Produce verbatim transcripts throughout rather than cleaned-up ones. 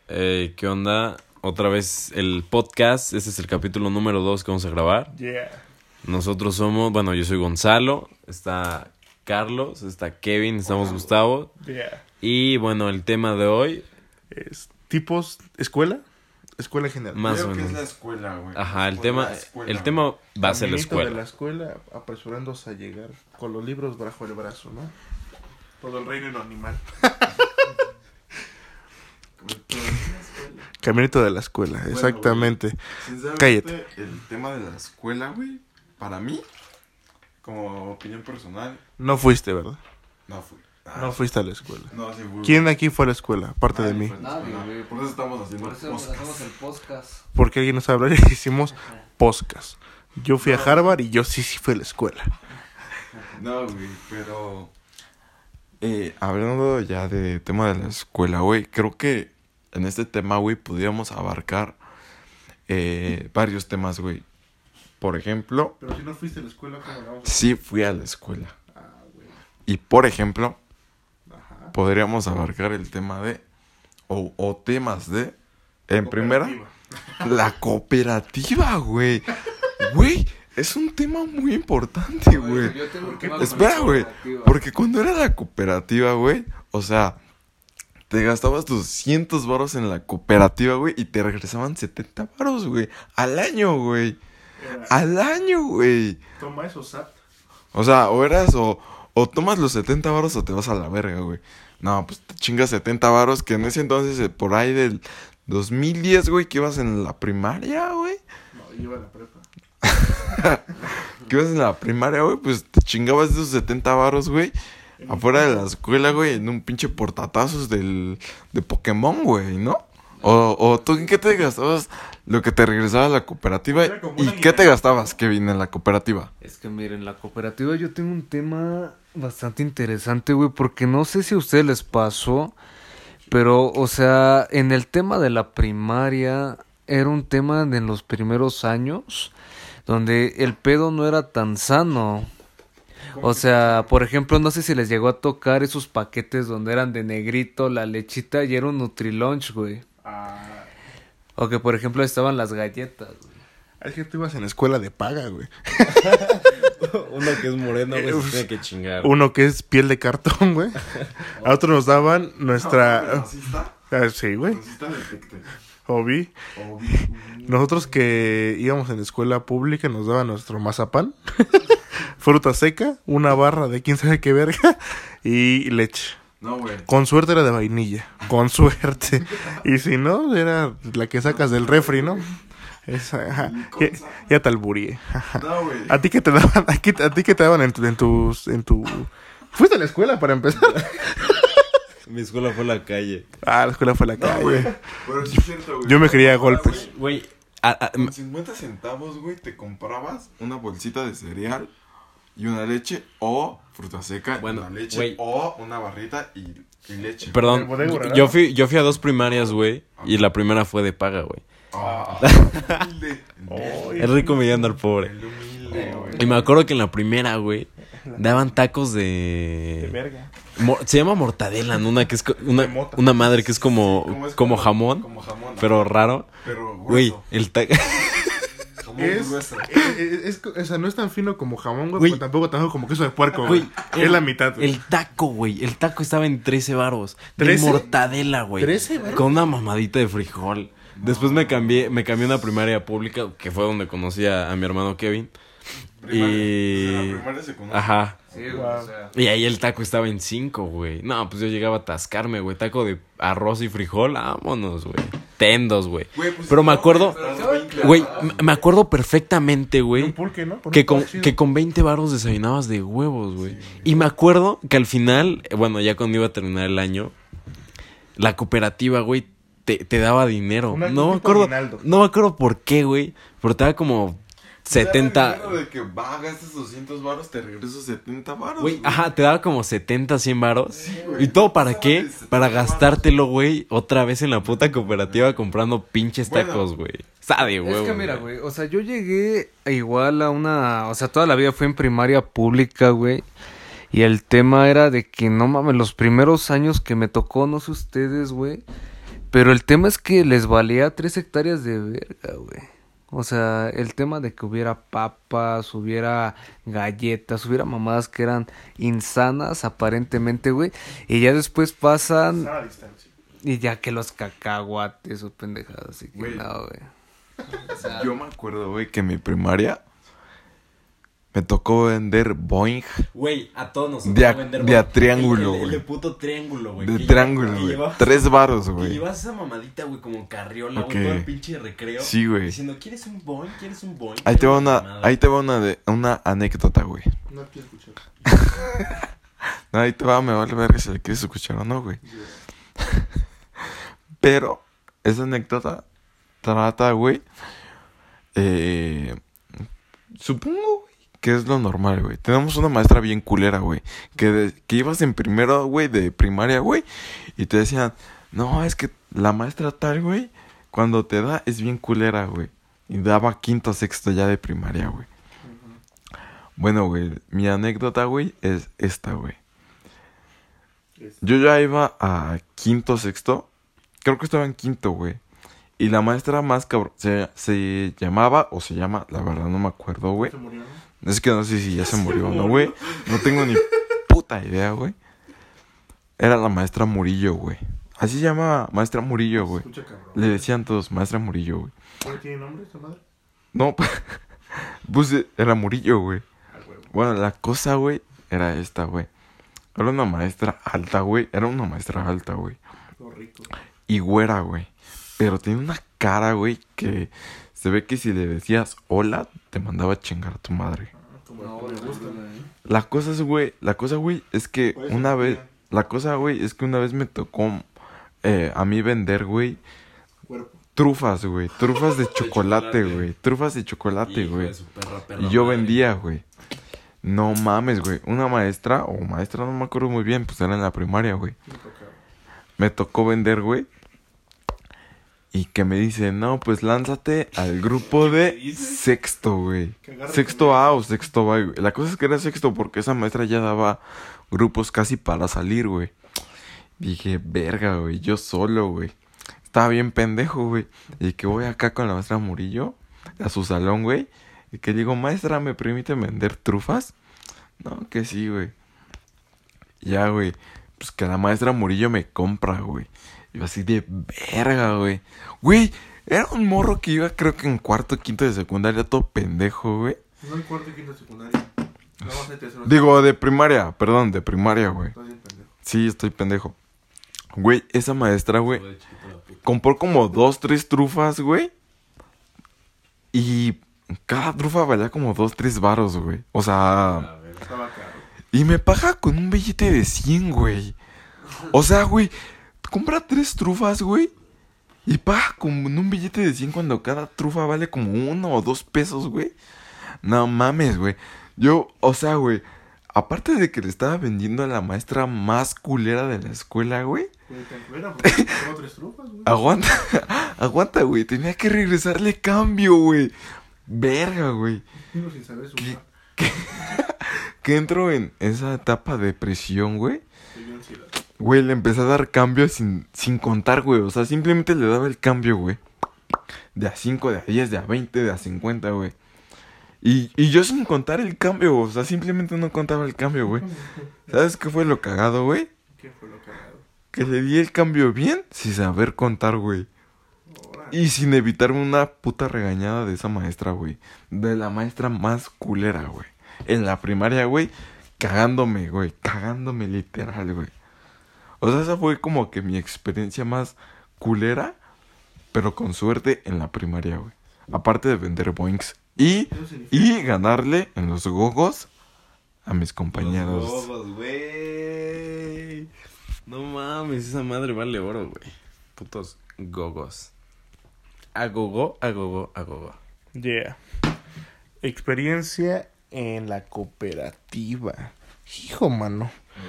Eh, ¿qué onda? Otra vez el podcast. Este es el capítulo número dos que vamos a grabar. Yeah. Nosotros somos, bueno, yo soy Gonzalo, está Carlos, está Kevin, estamos Wow. Gustavo. Yeah. Y bueno, el tema de hoy, Es tipos, escuela, escuela en general. más Creo o que es menos. la escuela, güey. Ajá, el Por tema, la escuela, el güey. tema va a ser la Caminito de escuela. la escuela, apresurándose a llegar con los libros bajo el brazo, ¿no? Todo el reino y lo animal. Caminito de la escuela, Bueno, exactamente. Sinceramente, Cállate. el tema de la escuela, güey, para mí, como opinión personal, No fuiste, ¿verdad? no fui. Ah, No fuiste a la escuela. No, sí fui. ¿Quién aquí fue a la escuela, aparte de Nadie mí? fue a la Nadie, escuela. güey. Por eso estamos haciendo Por eso podcast. hacemos el podcast. Porque alguien no sabe hablar y hicimos podcast. Yo fui a Harvard y yo sí, sí fui a la escuela. No, güey, pero... Eh, hablando ya de tema de la escuela, güey, creo que en este tema, güey, podríamos abarcar eh, varios temas, güey. Por ejemplo, Pero si no fuiste a la escuela, ¿cómo vamos? sí fui a la escuela. Ah, güey. Y por ejemplo, Ajá. podríamos abarcar el tema de, o, o temas de, en primera, la cooperativa, güey. Güey, es un tema muy importante, güey. Yo tengo un qué? tema con Espera, la güey, cooperativa. porque cuando era la cooperativa, güey, o sea, te gastabas doscientos varos en la cooperativa, güey, y te regresaban setenta varos, güey, al año, güey. Era, Al año, güey. Toma eso, Sat. O sea, o eras o, o tomas los setenta varos o te vas a la verga, güey. No, pues te chingas setenta varos, que en ese entonces, eh, por ahí del dos mil diez, güey, que ibas en la primaria, güey. No, yo iba a la prepa. Que ibas en la primaria, güey, pues te chingabas esos setenta varos, güey. Afuera de la escuela, güey, en un pinche portatazos del, de Pokémon, güey, ¿no? O, o tú, ¿en qué te gastabas lo que te regresaba a la cooperativa? Era como ¿Y una qué te guinda. gastabas, Kevin, en la cooperativa? Es que miren, la cooperativa yo tengo un tema bastante interesante, güey, porque no sé si a ustedes les pasó, pero, o sea, en el tema de la primaria era un tema de en los primeros años donde el pedo no era tan sano. O sea, por ejemplo, no sé si les llegó a tocar esos paquetes donde eran de negrito, la lechita y era un Nutrilunch, güey. Ah, O que, por ejemplo, estaban las galletas, güey. es que tú ibas en la escuela de paga, güey. Uno que es moreno, güey, Eh, se tiene que chingar. Uno que es piel de cartón, güey. A otro nos daban nuestra... Así está. Ah, sí, güey. Así está detecte. Hobby. Nosotros que íbamos en escuela pública nos daban nuestro mazapán, fruta seca, una barra de quién sabe qué verga y leche. No, güey. Con suerte era de vainilla, con suerte. Y si no, era la que sacas del refri, ¿no? Esa, ajá. Ya, ya te alburíe. No, güey. ¿A ti qué te daban? ¿A, qué- a ti qué te daban en tu, en tus, en tu... ¿Fuiste a la escuela para empezar? Mi escuela fue la calle. Ah, la escuela fue la No, güey. calle. Pero sí es cierto, güey. Yo me quería a Ahora, golpes. güey, Güey, a- a- Con cincuenta centavos, güey, te comprabas una bolsita de cereal y una leche o fruta seca Bueno, y una leche güey. o una barrita y, y leche. perdón, ¿El bodega Aurrerá? yo fui, yo fui a dos primarias, güey, y la primera fue de paga, güey. Ah, humilde. Ay. El rico mediando al pobre. El humilde, güey. Y me acuerdo que en la primera, güey, daban tacos De de... verga. mo- Se llama mortadela, ¿no? Una que es co- una, De mota. una madre que es como, Como es como jamón, Como jamón. pero ajá. raro. Pero Güey, grueso. el taco... Jamón Es, grueso. es, es- es- o sea, no es tan fino como jamón, güey, Güey. pero tampoco tan fino como queso de puerco, güey. Güey, Es la mitad, güey. El taco, güey. El taco estaba en trece varos. De ¿trece? mortadela, güey. ¿trece varos? Con una mamadita de frijol. Después me cambié, me cambié a una primaria pública, que fue donde conocí a, a mi hermano Kevin. Primaria. Y... Desde la primaria se conoce. Ajá. Sí, güey, Wow. o sea. Y ahí el taco estaba en cinco, güey. No, pues yo llegaba a atascarme, güey. Taco de arroz y frijol, vámonos, güey. Tendos, güey. Güey, pues, Pero me no, acuerdo, güey, estás bien güey, clavado. me- me acuerdo perfectamente, Un güey. pulque, ¿no? Por Que un con, pulque chido. que con veinte varos desayunabas de huevos, güey. Y me acuerdo que al final, eh, bueno, ya cuando iba a terminar el año, la cooperativa, güey, te, te daba dinero. Una- no un me tipo acuerdo, aguinaldo. no me acuerdo por qué, güey. Pero te daba como setenta... Te da el dinero de que va, gastas doscientos varos, te regreso setenta varos. Güey, ajá, te daba como setenta, cien varos. Sí, güey. ¿Y todo para Pasaba qué? de setenta Para varos. gastártelo, güey, otra vez en la puta cooperativa comprando pinches Bueno. tacos, güey. Sabe, güey. Es que mira, güey, o sea, yo llegué igual a una, o sea, toda la vida fui en primaria pública, güey. Y el tema era de que, no mames, los primeros años que me tocó, no sé ustedes, güey, Pero el tema es que les valía tres hectáreas de verga, güey. O sea, el tema de que hubiera papas, hubiera galletas, hubiera mamadas que eran insanas aparentemente, güey. Y ya después pasan A distancia. y ya que los cacahuates o pendejadas, así que Güey. no, güey. O sea, Yo me acuerdo, güey, que en mi primaria me tocó vender Boeing Güey, a todos nos De a- tocó vender, de güey. a triángulo, El, el, el güey. de puto triángulo, güey. de que triángulo, lleva- que güey. llevas- Tres varos, Que güey. llevas esa mamadita, güey, como carriola, Ok. güey, todo el pinche recreo. Sí, güey. Diciendo, ¿quieres un boing? ¿Quieres un boing? Ahí te va Era una, mamada. ahí te va una, de, una anécdota, güey. No quiero escuchar. No, ahí te va, me vale ver si le quieres escuchar o no, güey. Pero esa anécdota trata, güey. Eh, supongo, güey, que es lo normal, güey. Tenemos una maestra bien culera, güey. Que, de- que ibas en primero, güey, de primaria, güey. Y te decían, no, es que la maestra tal, güey, cuando te da es bien culera, güey. Y daba quinto, sexto ya de primaria, güey. Bueno, güey, mi anécdota, güey, es esta, güey. Yo ya iba a quinto, sexto. Creo que estaba en quinto, güey. Y la maestra más cabrón se, se llamaba, o se llama, la verdad no me acuerdo, güey. ¿Se murió, no? Es que no sé si ya se murió o no, güey. No tengo ni puta idea, güey. Era la maestra Murillo, güey. Así se llama maestra Murillo, güey. Escucha, cabrón. Le decían todos maestra Murillo, güey. ¿Cuál tiene nombre esta madre? No, pues eh, era Murillo, güey. Al huevo. Bueno, la cosa, güey, era esta, güey. Era una maestra alta, güey. Era una maestra alta, güey. Todo rico. Y güera, güey. Pero tiene una cara, güey, que se ve que si le decías hola, te mandaba a chingar a tu madre. Ah, como no, me güey, gusta. güey. La cosa es, güey, la cosa, güey, es que ¿Cuál es una el vez, problema? la cosa, güey, es que una vez me tocó eh, a mí vender, güey, Cuerpo. trufas, güey, trufas de chocolate, chocolate. güey, trufas de chocolate, Hijo güey. de su perra, perra Y yo madre. vendía, güey. No mames, güey. Una maestra, o maestra, no me acuerdo muy bien, pues era en la primaria, güey. Me tocaba. Me tocó vender, güey. Y que me dice, no, pues lánzate al grupo de sexto, güey. Que agarre Sexto A o sexto B, güey. La cosa es que era sexto porque esa maestra ya daba grupos casi para salir, güey. Dije, verga, güey, yo solo, güey. Estaba bien pendejo, güey. Y que voy acá con la maestra Murillo a su salón, güey. Y que digo, maestra, ¿me permite vender trufas? No, que sí, güey. Ya, güey. Pues que la maestra Murillo me compra, güey. Y yo así de verga, güey. Güey, era un morro que iba creo que en cuarto, quinto de secundaria, todo pendejo, güey. No en cuarto y quinto de secundaria. No vas a tercero. Digo, de primaria, perdón, de primaria, güey. Estás bien pendejo. Sí, estoy pendejo. Güey, esa maestra, güey, Hijo de chiquito la puta. compró como dos, tres trufas, güey. Y cada trufa valía como dos, tres varos, güey. O sea, A ver. Estaba caro. y me paga con un billete de cien, güey. O sea, güey, compra tres trufas, güey. Y paga con un billete de cien cuando cada trufa vale como uno o dos pesos, güey. No mames, güey. Yo, o sea, güey, aparte de que le estaba vendiendo a la maestra más culera de la escuela, güey. Güey, tan culera porque tengo tres trufas, güey. Aguanta, aguanta, güey. Tenía que regresarle cambio, güey. Verga, güey. Uno sin saber sumar. Que entro en esa etapa de depresión, güey. Soy yo ansiedad. Güey, le empecé a dar cambio sin, sin contar, güey. O sea, simplemente le daba el cambio, güey. De a cinco, de a diez, de a veinte, de a cincuenta, güey. Y, y yo sin contar el cambio, o sea, simplemente no contaba el cambio, güey. ¿Sabes qué fue lo cagado, güey? ¿Qué fue lo que ha dado? Que le di el cambio bien sin saber contar, güey. Ahora. Y sin evitarme una puta regañada de esa maestra, güey. De la maestra más culera, güey. En la primaria, güey, cagándome, güey. Cagándome literal, güey. O sea, esa fue como que mi experiencia más culera, pero con suerte en la primaria, güey. Aparte de vender boings. Y, Eso significa. y ganarle en los gogos a mis compañeros. Los gogos, güey. No mames, esa madre vale oro, güey. Putos gogos. A gogo, a gogo, a gogo. Yeah. Experiencia en la cooperativa. Hijo, mano.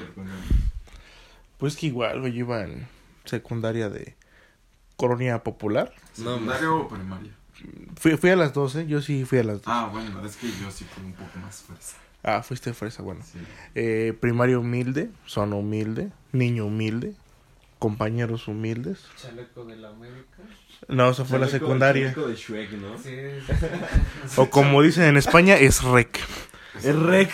Pues que igual, güey, yo iba en secundaria de Colonia Popular. No mames. o primaria? Fui, fui a las doce, yo sí fui a las doce. Ah, bueno, es que yo sí fui un poco más fresa. Ah, fuiste fresa, bueno. Sí. Eh, primaria humilde, zona humilde, niño humilde. compañeros humildes. Chaleco de la América. No, eso fue la secundaria. de Shrek, ¿no? Sí. O como dicen en España, es rec. Es rec.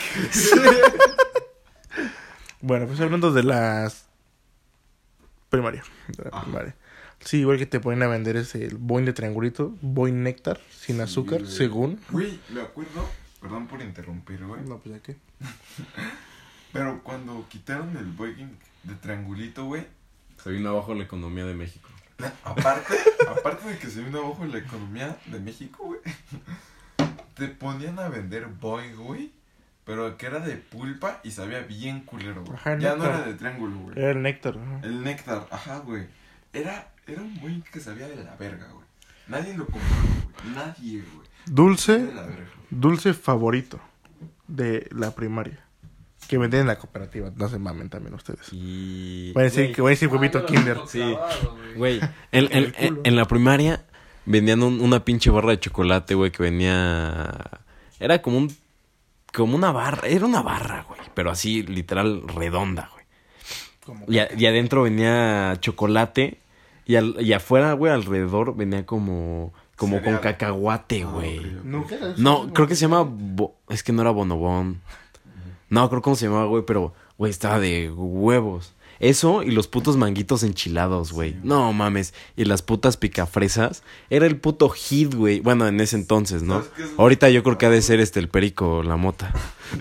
Bueno, pues hablando de las... Primaria. De la Ah. primaria. Sí, igual que te ponen a vender ese el Boing de triangulito. Boing néctar, sin Sí, azúcar, güey. según. Güey, me acuerdo, perdón por interrumpir, güey. No, pues ya que... Pero cuando quitaron el Boeing de triangulito, güey. Se vino abajo la economía de México. Aparte, aparte de que se vino abajo la economía de México, güey. Te ponían a vender Boeing, güey. Pero que era de pulpa y sabía bien culero, güey. Ajá, Ya no néctar. era de triángulo, güey. Era el néctar. Ajá. El néctar, ajá, güey. Era, era un Boeing que sabía de la verga, güey. Nadie lo compró, güey. Nadie, güey. Dulce, De la verga. dulce favorito de la primaria. Que venden en la cooperativa. No se mamen también ustedes. Y... Voy a decir, Güey, que voy a decir huevito Kinder. Sí. Güey, en, en, En el en, culo. en la primaria vendían un- una pinche barra de chocolate, güey, que venía... Era como un... Como una barra, era una barra, güey, pero así, literal, redonda, güey. Como Y, a- y adentro venía chocolate y, al, y afuera, güey, alrededor venía como... Como con Cereal. cacahuate, Ah, güey. ok, ok. Nunca era eso, No, creo que se llama... Bo- es que no era bonobón. No, creo cómo se llamaba, güey, pero, güey, estaba de huevos. Eso y los putos manguitos enchilados, güey. Sí, güey. No mames. Y las putas picafresas. Era el puto hit, güey. Bueno, en ese entonces, ¿no? ¿Sabes qué es lo- Ahorita yo creo que ha de ser este el perico o la mota.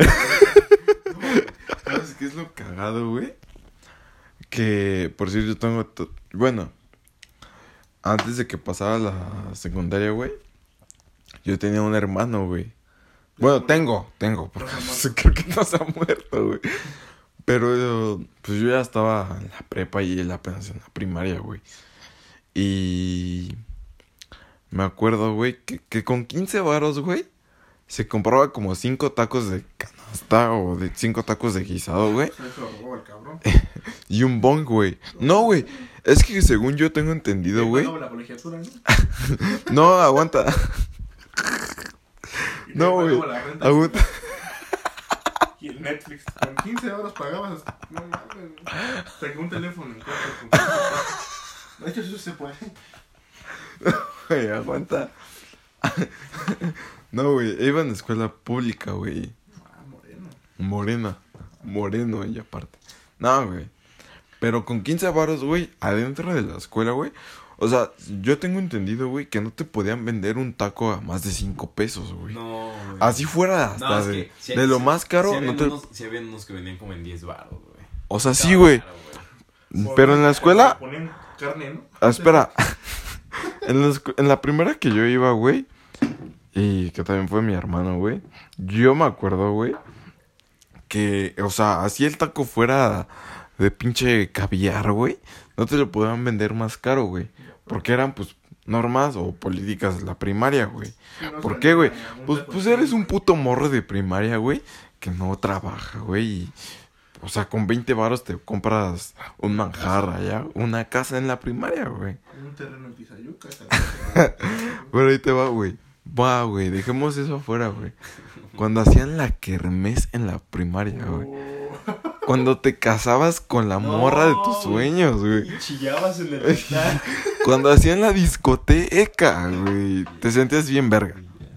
¿Sabes qué es lo cagado, güey? Que, por cierto, yo tengo... to- Bueno, antes de que pasara la secundaria, güey, yo tenía un hermano, güey. Bueno, tengo, tengo, porque creo que no se ha muerto, güey. Pero, pues yo ya estaba en la prepa y él apenas en la primaria, güey. Y me acuerdo, güey, que, que con quince varos, güey, se compraba como cinco tacos de canasta o de cinco tacos de guisado, güey. Se lo robó el cabrón. Y un bong, güey. No, güey. Es que según yo tengo entendido, güey. Pagaba la colegiatura, ¿no? No, aguanta. Y No, te güey. pagaba la renta. Aguanta. Y el Netflix. Con quince euros pagabas. No mames. Saqué un teléfono en corto. con quince euros. De hecho, eso se puede. Güey, aguanta. No, güey. Iba en escuela pública, güey. Ah, moreno. Morena. Moreno, y aparte. No, güey. Pero con quince varos, güey, adentro de la escuela, güey. O sea, yo tengo entendido, güey, que no te podían vender un taco a más de cinco pesos, güey. No, güey. Así fuera hasta No, es de, que si- de lo si- más caro, si no habían te... unos, si habían unos que venían como en diez baros, güey. O sea, sí, Estaba güey. caro, güey. Pero en la escuela... Ponen carne, ¿no? Ah, espera. en, la, escu- en la primera que yo iba, güey, y que también fue mi hermano, güey, yo me acuerdo, güey, que, o sea, así el taco fuera de pinche caviar, güey, no te lo podían vender más caro, güey, porque eran, pues, normas o políticas de la primaria, güey. ¿Por qué, güey? Pues, pues eres un puto morro de primaria, güey, que no trabaja, güey, y... O sea, con veinte varos te compras un manjar allá, una casa en la primaria, güey. Un terreno en Tizayuca. Pero ahí te va, güey. Va, güey, dejemos eso afuera, güey. Cuando hacían la kermés en la primaria, güey. Cuando te casabas con la morra de tus sueños, güey. Y chillabas en el altar. Cuando hacían la discoteca, güey. Te sentías bien verga.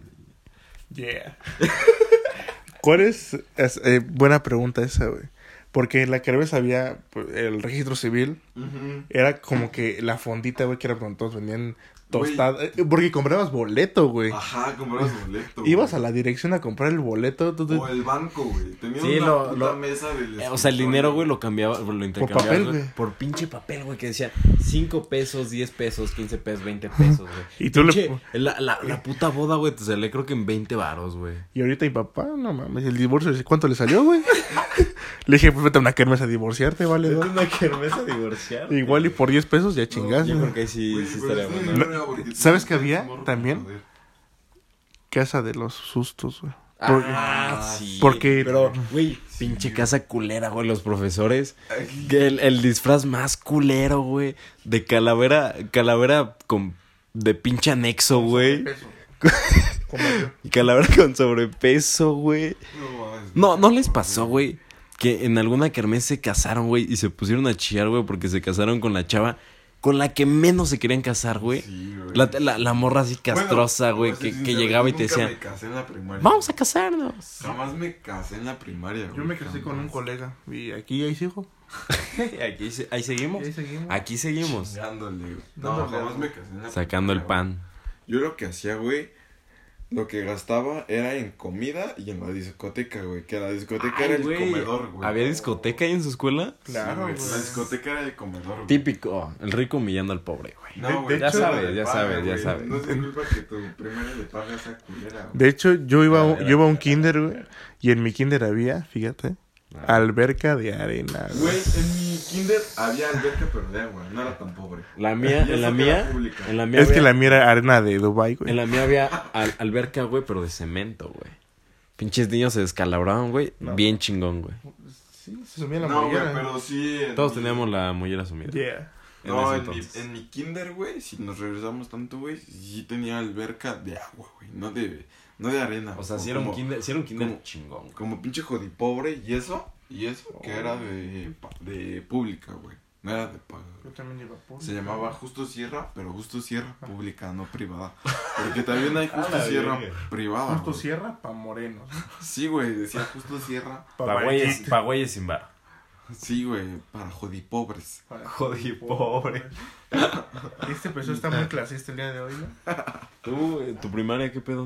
Yeah. ¿Cuál es? es eh, buena pregunta esa, güey. Porque en la kermés había pues, el registro civil. Era como que la fondita, güey, que era cuando todos vendían tostadas. Eh, Porque comprabas boleto, güey. Ajá, comprabas boleto. Ibas a la dirección a comprar el boleto. tú te- O el banco, güey. Tenían Sí, una lo- puta lo- mesa del Eh, O sea, el dinero, güey, lo cambiaba, lo intercambiabas, papel, güey, güey. por pinche papel, güey, que decía cinco pesos, diez pesos, quince pesos, veinte pesos, güey. Y tú le- Pinche, la, la, la puta boda, güey, te salía creo que en veinte varos, güey. Y ahorita mi papá, no mames, el divorcio, ¿cuánto le salió, güey? Le dije, pues vete a una kermés a divorciarte, vale. ¿no? una kermesa divorciar. Igual y por diez pesos ya chingas. Yo ¿no? creo que sí, sí estaría bueno. No, ¿sabes qué había también? Casa de los sustos, güey. Porque- Ah, sí. porque- Pero, güey, pinche casa culera, güey, los profesores. Que el, el disfraz más culero, güey, de calavera, calavera con, de pinche anexo, güey. Como yo. Y calavera con sobrepeso, güey. No, no les pasó, güey, que en alguna kermés se casaron, güey, y se pusieron a chillar, güey, porque se casaron con la chava con la que menos se querían casar, güey. Sí, güey. La, la, la morra así castrosa, Bueno, güey, voy a que, ser que sincero, llegaba y yo te nunca decía, me casé en la primaria. vamos a casarnos. Jamás me casé en la primaria, güey. Yo me casé con un colega. Y aquí ahí sigo. Aquí, se- ahí seguimos. Ahí seguimos. Aquí seguimos. Chingándole, güey. No, Dándole jamás algo. me casé en la Sacando el primaria, güey. pan. Yo lo que hacía, güey, lo que gastaba era en comida y en la discoteca, güey. Que la discoteca Ay, era el güey, comedor, güey. ¿Había discoteca ahí en su escuela? Sí, Claro, güey. güey. La discoteca era el comedor, güey. Típico, el rico humillando al pobre, güey. No, De- güey. de hecho- ya sabes, ya sabes, ya sabes. No es culpa que tu primaria de paga esa culera, güey. De hecho, yo iba, a un- Ah, yo iba a un kinder, güey. Y en mi kinder había, fíjate, alberca de arena, güey. Güey, en mi kinder había alberca, pero de agua. No era tan pobre. La mía, Y en la eso que era mía, pública. en la mía Es que había- la mía era arena de Dubai, güey. En la mía había al- alberca, güey, pero de cemento, güey. Pinches niños se descalabraban, güey. No. Bien chingón, güey. Sí, se sumía la No, güey, mollera. pero sí. en Todos mi- teníamos la mollera sumida. Yeah. en No, ese en mi, entonces. en mi kinder, güey, si nos regresamos tanto, güey, sí tenía alberca de agua, güey. No de, no de arena. O sea, si era un como- kinder, sí era un kinder como- chingón, güey. Como pinche jodipobre y eso. Y eso que Oh. era de, pa- de pública, güey. No era de paga. Yo también iba por. Se llamaba Justo Sierra, pero Justo Sierra pública, no privada. Porque también hay Justo A la Sierra verga. privada. Justo güey. Sierra pa' morenos. Sí, güey, decía Justo Sierra. Pa' güeyes, pa' güeyes sin bar. Sí, güey, para jodipobres. Joder, pobre. Este peso está muy clasista el día de hoy, ¿no? ¿Tú, eh, tu primaria, qué pedo?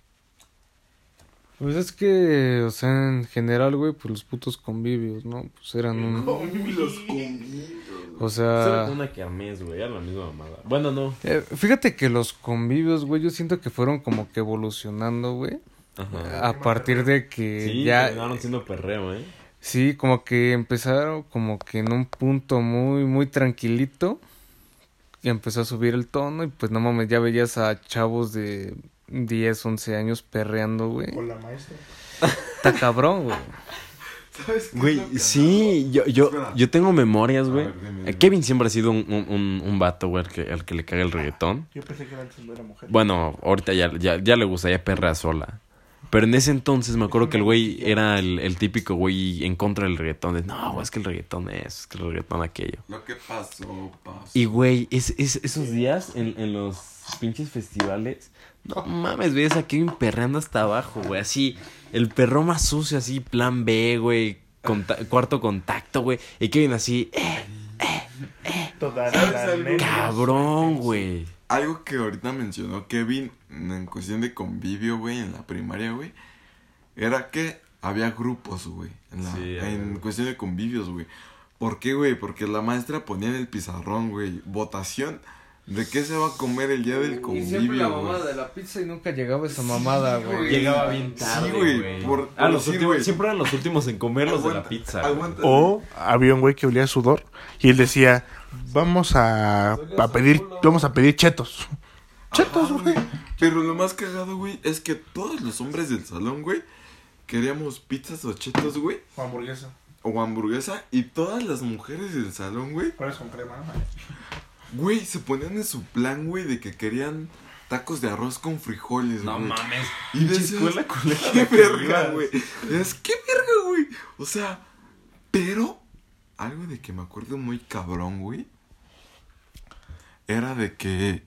Pues es que, o sea, en general, güey, pues los putos convivios, ¿no? Pues eran un... Uy, los convivios. O Eso era sea... una kermés, güey, era la misma mamada. Bueno, no. eh, fíjate que los convivios, güey, yo siento que fueron como que evolucionando, güey. Ajá. A partir de que Sí, ya... terminaron siendo perreo, ¿eh? Sí, como que empezaron como que en un punto muy, muy tranquilito. Y empezó a subir el tono y pues no mames, ya veías a chavos de diez, once años perreando, güey. Con la maestra. Está cabrón, güey. ¿Sabes qué es Güey, lo que sí, yo, yo, Espera. yo tengo memorias, A güey. ver, dime, Eh, dime. Kevin siempre ha sido un, un, un, un vato, güey, al que, al que le caga el reggaetón. Yo pensé que era antes no era mujer. Bueno, ahorita ya, ya, ya le gustaría perrea sola. Pero en ese entonces me acuerdo que el güey era el, el típico güey en contra del reggaetón. De, no, güey, es que el reggaetón es, es que el reggaetón aquello. Lo que pasó, pasó. Y, güey, es, es- esos días en, en los pinches festivales, no mames, veías a Kevin perreando hasta abajo, güey. Así, el perro más sucio, así, plan B, güey. conta- cuarto contacto, güey. Y Kevin así, eh, Toda ¿Sabes la algo? neta. cabrón, güey. Algo que ahorita mencionó Kevin en cuestión de convivio, güey, en la primaria, güey, era que había grupos, güey, en, la- Sí, en güey. cuestión de convivios, güey. ¿Por qué, güey? Porque la maestra ponía en el pizarrón, güey, votación de qué se va a comer el día del Y siempre la convivio, mamada güey. de la pizza y nunca llegaba esa mamada, güey. Llegaba bien tarde, Sí, güey, güey. por- Ah, por los decir, últimos, güey. siempre eran los últimos en comer los de la Aguanta, pizza. güey. aguanta. O había un güey que olía a sudor y él decía, vamos a, a pedir, vamos a pedir chetos. Chetos, Ajá, güey. Pero lo más cagado, güey, es que todos los hombres del salón, güey, queríamos pizzas o chetos, güey, O hamburguesa. o hamburguesa, y todas las mujeres del salón, güey, ¿Cuál es con crema? güey, se ponían en su plan, güey, de que querían tacos de arroz con frijoles, No güey. mames. Y Pinche decías, escuela culera qué de que verga, ibas. güey. Es qué verga, güey. O sea, pero algo de que me acuerdo muy cabrón, güey, era de que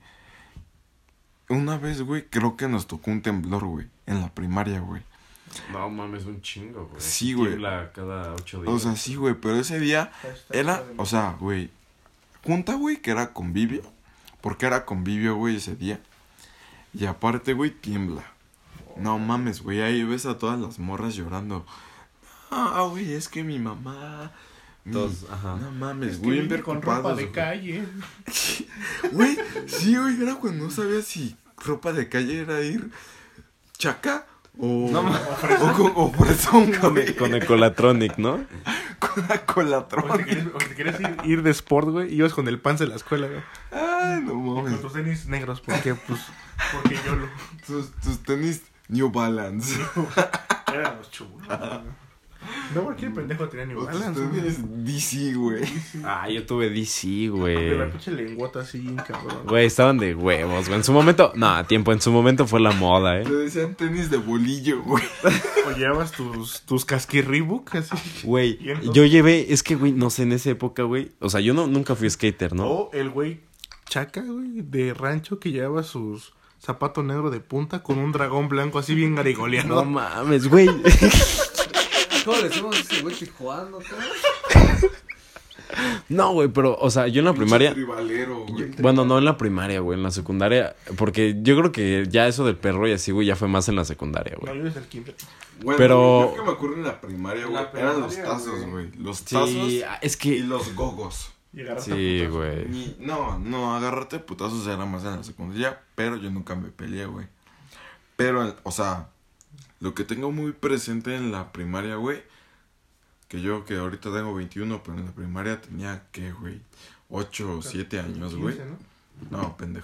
una vez, güey, creo que nos tocó un temblor, güey, en la primaria, güey. No mames, un chingo, güey. Sí, güey. Tiembla cada ocho días. O sea, sí, güey, pero ese día era, o sea, güey, junta, güey, que era convivio, porque era convivio, güey, ese día. Y aparte, güey, tiembla. No mames, güey, ahí ves a todas las morras llorando. Ah, güey, es que mi mamá... mi- Todos, ajá. No mames, Es que güey, bien vine con ropa preocupados, de güey. calle. Güey, sí, güey, era cuando no sabía si ropa de calle era ir chaca o... No mames. o, con, o fresón, Con güey. el, con el Colatronic, ¿no? Con la colatrón. O si querías, o si querías ir, ir de sport, güey, ibas con el pants de la escuela, güey. Ay, no Y mames. con tus tenis negros, porque, pues, porque yo lo... Tus, tus tenis New Balance. Eran los chulos. güey. No, cualquier pendejo tenía New Balance, Tú güey. tienes D C, güey. Ah, yo tuve D C, De güey. la pinche lengüota así, bien cabrón. Güey, estaban de huevos, güey. En su momento, no, a tiempo, en su momento fue la moda, Le eh. decían tenis de bolillo, güey. O llevabas tus, tus casquis Reebok, así. Güey, Y entonces- yo llevé, es que, güey, no sé, en esa época, güey. O sea, yo no, nunca fui skater, ¿no? O el güey chaca, güey, de rancho que llevaba sus zapatos negros de punta con un dragón blanco así bien No garigoleano. mames, güey. ¿Cómo le decimos a ese güey Tijuana? No, güey, pero, o sea, yo en la primaria. Tribalero, güey. Bueno, no en la primaria, güey, en la secundaria. Porque yo creo que ya eso del perro y así, güey, ya fue más en la secundaria, No, güey. yo desde el kinder. Bueno, Pero- Yo que me acuerdo en la primaria, güey. La Eran los primaria, tazos, güey. güey. Los tazos Sí, es y que. los gogos. Y agarraste Sí, a putazos. güey. Ni- no, no, agarrarte a putazos era más en la secundaria, pero yo nunca me peleé, güey. Pero, o sea, lo que tengo muy presente en la primaria, güey, que yo que ahorita tengo veintiuno, pero en la primaria tenía, ¿qué, güey? ocho o siete años, güey. quince, ¿no? No, pendejo.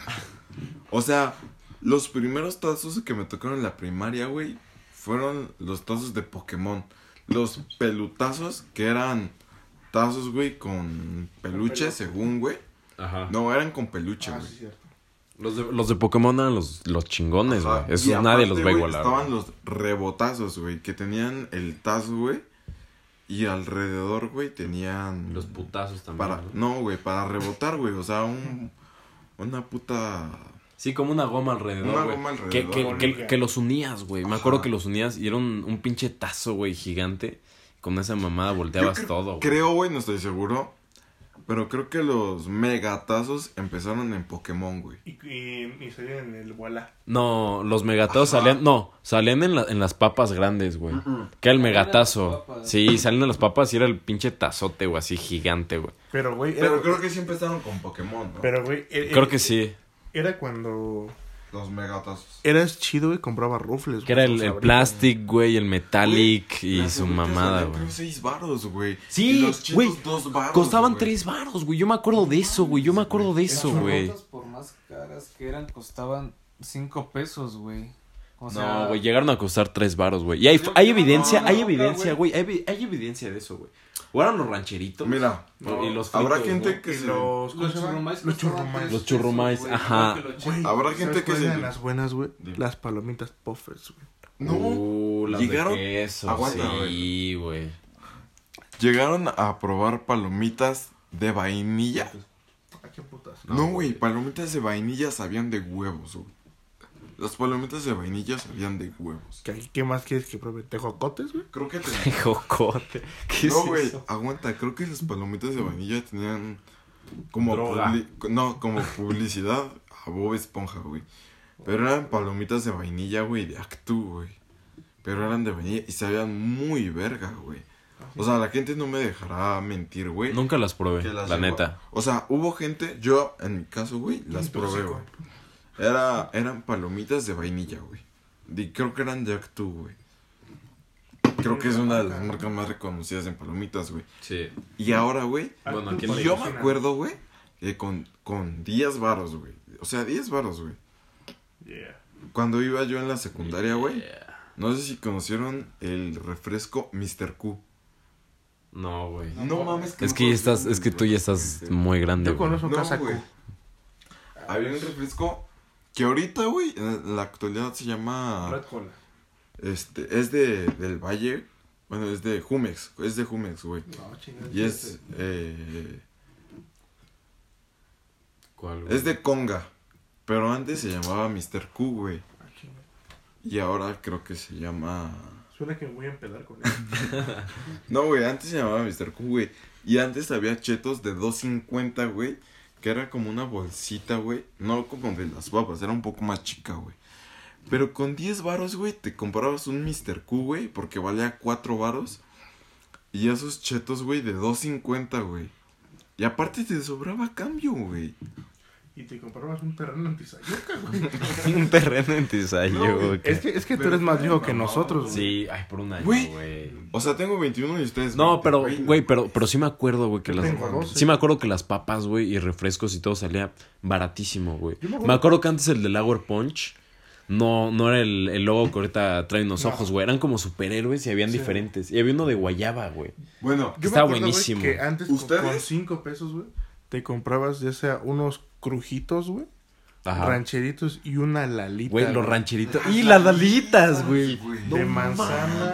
O sea, los primeros tazos que me tocaron en la primaria, güey, fueron los tazos de Pokémon. Los pelutazos que eran tazos, güey, con peluche, pelo. según, güey. Ajá. No, eran con peluche, Ah, güey. sí, cierto. Los de, los de Pokémon eran los, los chingones, güey. Ajá. Esos Y nadie aparte, los va a güey, igualar. Estaban güey. los rebotazos, güey, que tenían el tazo, güey. Y alrededor, güey, tenían... Los putazos también. Para... ¿no? No, güey, para rebotar, güey. O sea, un... Una puta... Sí, como una goma alrededor, Una güey. goma Que, alrededor. que, que, que los unías, güey. Me Ajá. acuerdo que los unías y era un, un pinche tazo, güey, gigante. Con esa mamada volteabas Yo creo- todo, güey. Creo, güey, no estoy seguro. Pero creo que los megatazos empezaron en Pokémon, güey. Y, y, y salían en el Walla. No, los megatazos Ajá. salían... No, salían en, la- en las papas grandes, güey. Que era el Salían en megatazo. las papas. Sí, salían en las papas y era el pinche tazote, güey, así gigante, güey. Pero, güey, era, Pero creo que siempre estaban con Pokémon, ¿no? pero, güey, e- Creo e- que sí. era cuando Los megatazos. eras chido, güey, compraba rufles. Que era güey, el, tus el abrigos. plastic, güey, el metallic y Las su ahorita mamada, salían, güey. Creo seis varos, güey. Sí, Y los chetos, güey, dos varos, Costaban güey. tres varos, güey. Yo me acuerdo de eso, güey. Yo me acuerdo de eso, Las güey. charotas, por más caras que eran, costaban cinco pesos, güey. O No, güey, llegaron a costar tres varos, güey. Y hay, Yo- hay yo- evidencia, no, hay no, evidencia, güey. güey. Hay, evi- hay evidencia de eso, güey. O eran los rancheritos. Mira, No, y los habrá fritos, gente ¿no? que Y se... los, ¿cómo Los se llama? churrumais Los costaban churrumais. tres Los churrumais, pesos, güey, ajá. igual que los Güey, chetos. Habrá ¿sabes gente que cuáles se- eran las buenas, güey? Dime. Las palomitas puffers, güey. No, Uh, las llegaron... de queso, Aguanta, sí, güey. Llegaron a probar palomitas de vainilla. Ah, qué putas. No, güey, palomitas de vainilla sabían de huevos, güey. Las palomitas de vainilla sabían de huevos. ¿Qué, qué más quieres que pruebe? ¿Tejocotes, güey? Creo que tenían... Jocote. ¿Qué No, es güey, eso? aguanta, creo que las palomitas de vainilla tenían como Droga. publi- no, como publicidad a Bob Esponja, güey. Pero eran palomitas de vainilla, güey, de Actu, güey. Pero eran de vainilla y sabían muy verga, güey. O sea, la gente no me dejará mentir, güey. Nunca las probé, que las la llegó- neta. O sea, hubo gente, yo en mi caso, güey, las probé, güey. Era, eran palomitas de vainilla, güey. Y creo que eran de Actu, güey. Creo que es una de las marcas más reconocidas en palomitas, güey. Sí. Y ahora, güey, Bueno, aquí y no yo digo. me acuerdo, güey, que con, con diez varos, güey. O sea, diez varos, güey. Yeah. Cuando iba yo en la secundaria, güey, Yeah. no sé si conocieron el refresco mister Q. No, güey. No mames, Es que ya estás, es que tú ya estás muy grande, Yo güey. conozco No, Casa Q. güey. Había un refresco que ahorita, güey, en la actualidad se llama... Red Cola. Este, es de, del Valle. Bueno, es de Jumex. Es de Jumex, güey. No, chingada. Y es, eh, ¿Cuál, güey? es de Conga. Pero antes se llamaba mister Q, güey. Ah, chingada. Y ahora creo que se llama... Suena que me voy a empedar con él. No, güey, antes se llamaba mister Q, güey. Y antes había chetos de dos cincuenta, güey. Que era como una bolsita, güey. No como de las papas, era un poco más chica, güey. Pero con diez varos, güey, te comprabas un mister Q, güey. Porque valía cuatro varos. Y esos chetos, güey, de dos cincuenta, güey. Y aparte te sobraba cambio, güey. Y te comprabas un terreno antizayuca, güey. Un terreno en Tizayo, No, güey, güey. Es que, es que tú Pero eres más fue viejo que mamón, nosotros, güey. Sí, ay, por un año, Güey. güey. O sea, tengo veintiuno y ustedes No, veinte, pero, güey, pero, pero sí me acuerdo, güey, que Yo las... tengo doce. Sí me acuerdo que las papas, güey, y refrescos y todo salía baratísimo, güey. Yo me acuerdo- Me acuerdo que antes el del Hour Punch no, no era el, el logo que ahorita trae unos No. ojos, güey. Eran como superhéroes y habían Sí. diferentes. Y había uno de guayaba, güey. Bueno, Yo Estaba me acuerdo, güey, buenísimo. que antes con- ¿Ustedes? con cinco pesos, güey, te comprabas ya sea unos crujitos, güey, Ajá. rancheritos y una lalita. Güey, los güey, rancheritos. Y las dalitas, güey. de manzana.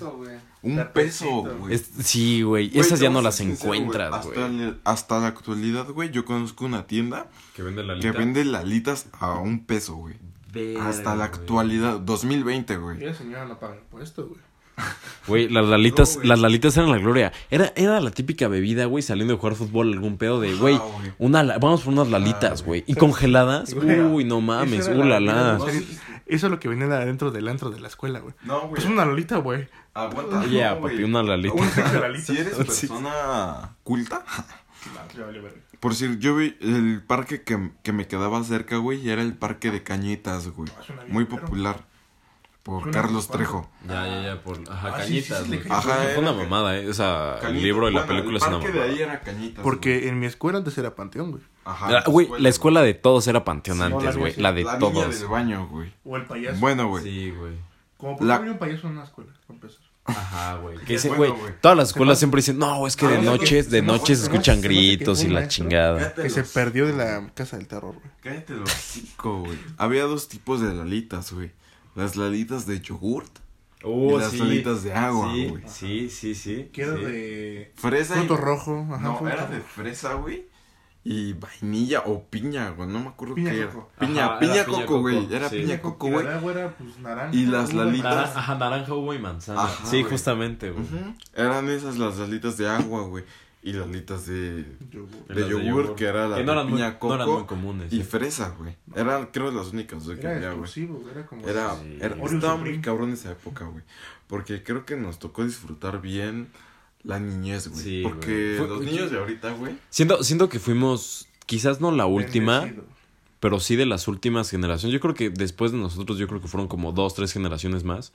un La peso, pesito. güey. Es- sí, güey. Güey, Esas te ya voy no a las ser sincero, encuentras, Hasta, güey. el- hasta la actualidad, güey, yo conozco una tienda Que vende la que vende lalitas a un peso, güey. Hasta la actualidad, dos mil veinte, Y güey. la señora no paga impuesto, güey. Güey, las lalitas, No, güey. las lalitas eran la gloria. Era, era la típica bebida, güey, saliendo de jugar fútbol, algún pedo de, güey, güey. una, la- vamos por unas lalitas, güey. Y congeladas, Güey, uy, no mames, Eso era uh, la, bebida la. de los cereales. Eso es lo que venía adentro del antro de la escuela, güey. No, güey. Es una lalita, güey. Aguanta. Ya, no, papi, güey. una lalita. Una pinche lalita. Si eres Sí. persona culta, No, ya vale, verga. por decir, yo vi el parque que, que me quedaba cerca, güey, y era el parque de Cañitas, güey. Ah, suena bien, Muy pero- popular. Por Suena Carlos bien, Trejo. Ya, ya, ya, por. Ajá, Ah, sí, sí, cañitas, sí, le güey. creo. Ajá, Fue una era- mamada, eh. O sea, el Cañitas. libro y la Bueno, película es el una parque de mamada. ahí era Cañitas. güey. Porque en mi escuela antes era Panteón, güey. Ajá. La- Güey, la escuela de todos era Panteón Sí, no, antes, la güey. mía La sí. de La niña todos. del baño, güey. O el payaso. Bueno, güey. Sí, güey. Como por La- qué había un payaso en una escuela, para empezar. Ajá, güey. Que ese, Bueno, güey, güey. todas las escuelas siempre dicen, no, es que Ah, de no, noches, se de me- noches se se me- escuchan se me hace que gritos fue y un la maestro chingada. Cállate Que se los- perdió de la casa del terror, güey. Cállate los hocico, güey. Había dos tipos de lalitas, güey. Las lalitas de yogurt Oh, y las lalitas de agua, sí, güey. Sí, sí, sí. Que era sí. de Fresa y... fruto rojo. Ajá, No, fruto era de rojo. fresa, güey. Y vainilla o piña, güey. No me acuerdo Piña qué coco. era. Piña, Ajá, piña era piña coco, güey. coco, Era sí. piña coco, Y güey. el agua era, pues, naranja. Y las uva, lalitas- Nara- Ajá, naranja, uva y manzana. Ajá, sí, güey. justamente, güey. Ujú. Eran esas las lalitas de agua, güey. Y las lalitas de... yogur. De Las yogur, que era la Que no de eran muy- piña no eran coco muy comunes. y sí. fresa, güey. Eran, creo, las únicas güey, que Era había, güey. exclusivo, era como... Era, Sí. era Oreo estaba Supreme. muy cabrón esa época, güey. Porque creo que nos tocó disfrutar bien la niñez, güey. Sí, Porque güey. Fue- los niños de ahorita, güey. Siento, siento que fuimos, quizás no la última, Bendecido. pero sí de las últimas generaciones. Yo creo que después de nosotros, yo creo que fueron como dos, tres generaciones más.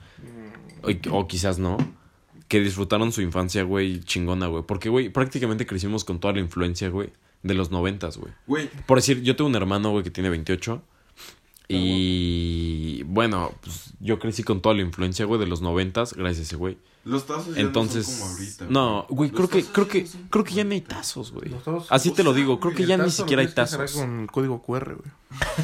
O, o quizás no. Que disfrutaron su infancia, güey, chingona, güey. Porque, güey, prácticamente crecimos con toda la influencia, güey, de los noventas, güey. Güey, Por decir, yo tengo un hermano, güey, que tiene veintiocho. Y bueno, pues yo crecí con toda la influencia, güey, de los noventas, gracias a ese güey. los tazos ya Entonces, no son como ahorita. no, güey, Los creo que, tazos creo ya que, no son creo que ya como no hay ahorita. tazos, güey. Los tazos- Así te lo o sea, digo, creo que El ya ni tazo lo siquiera hay tienes que cerrar tazos. con código Q R, güey.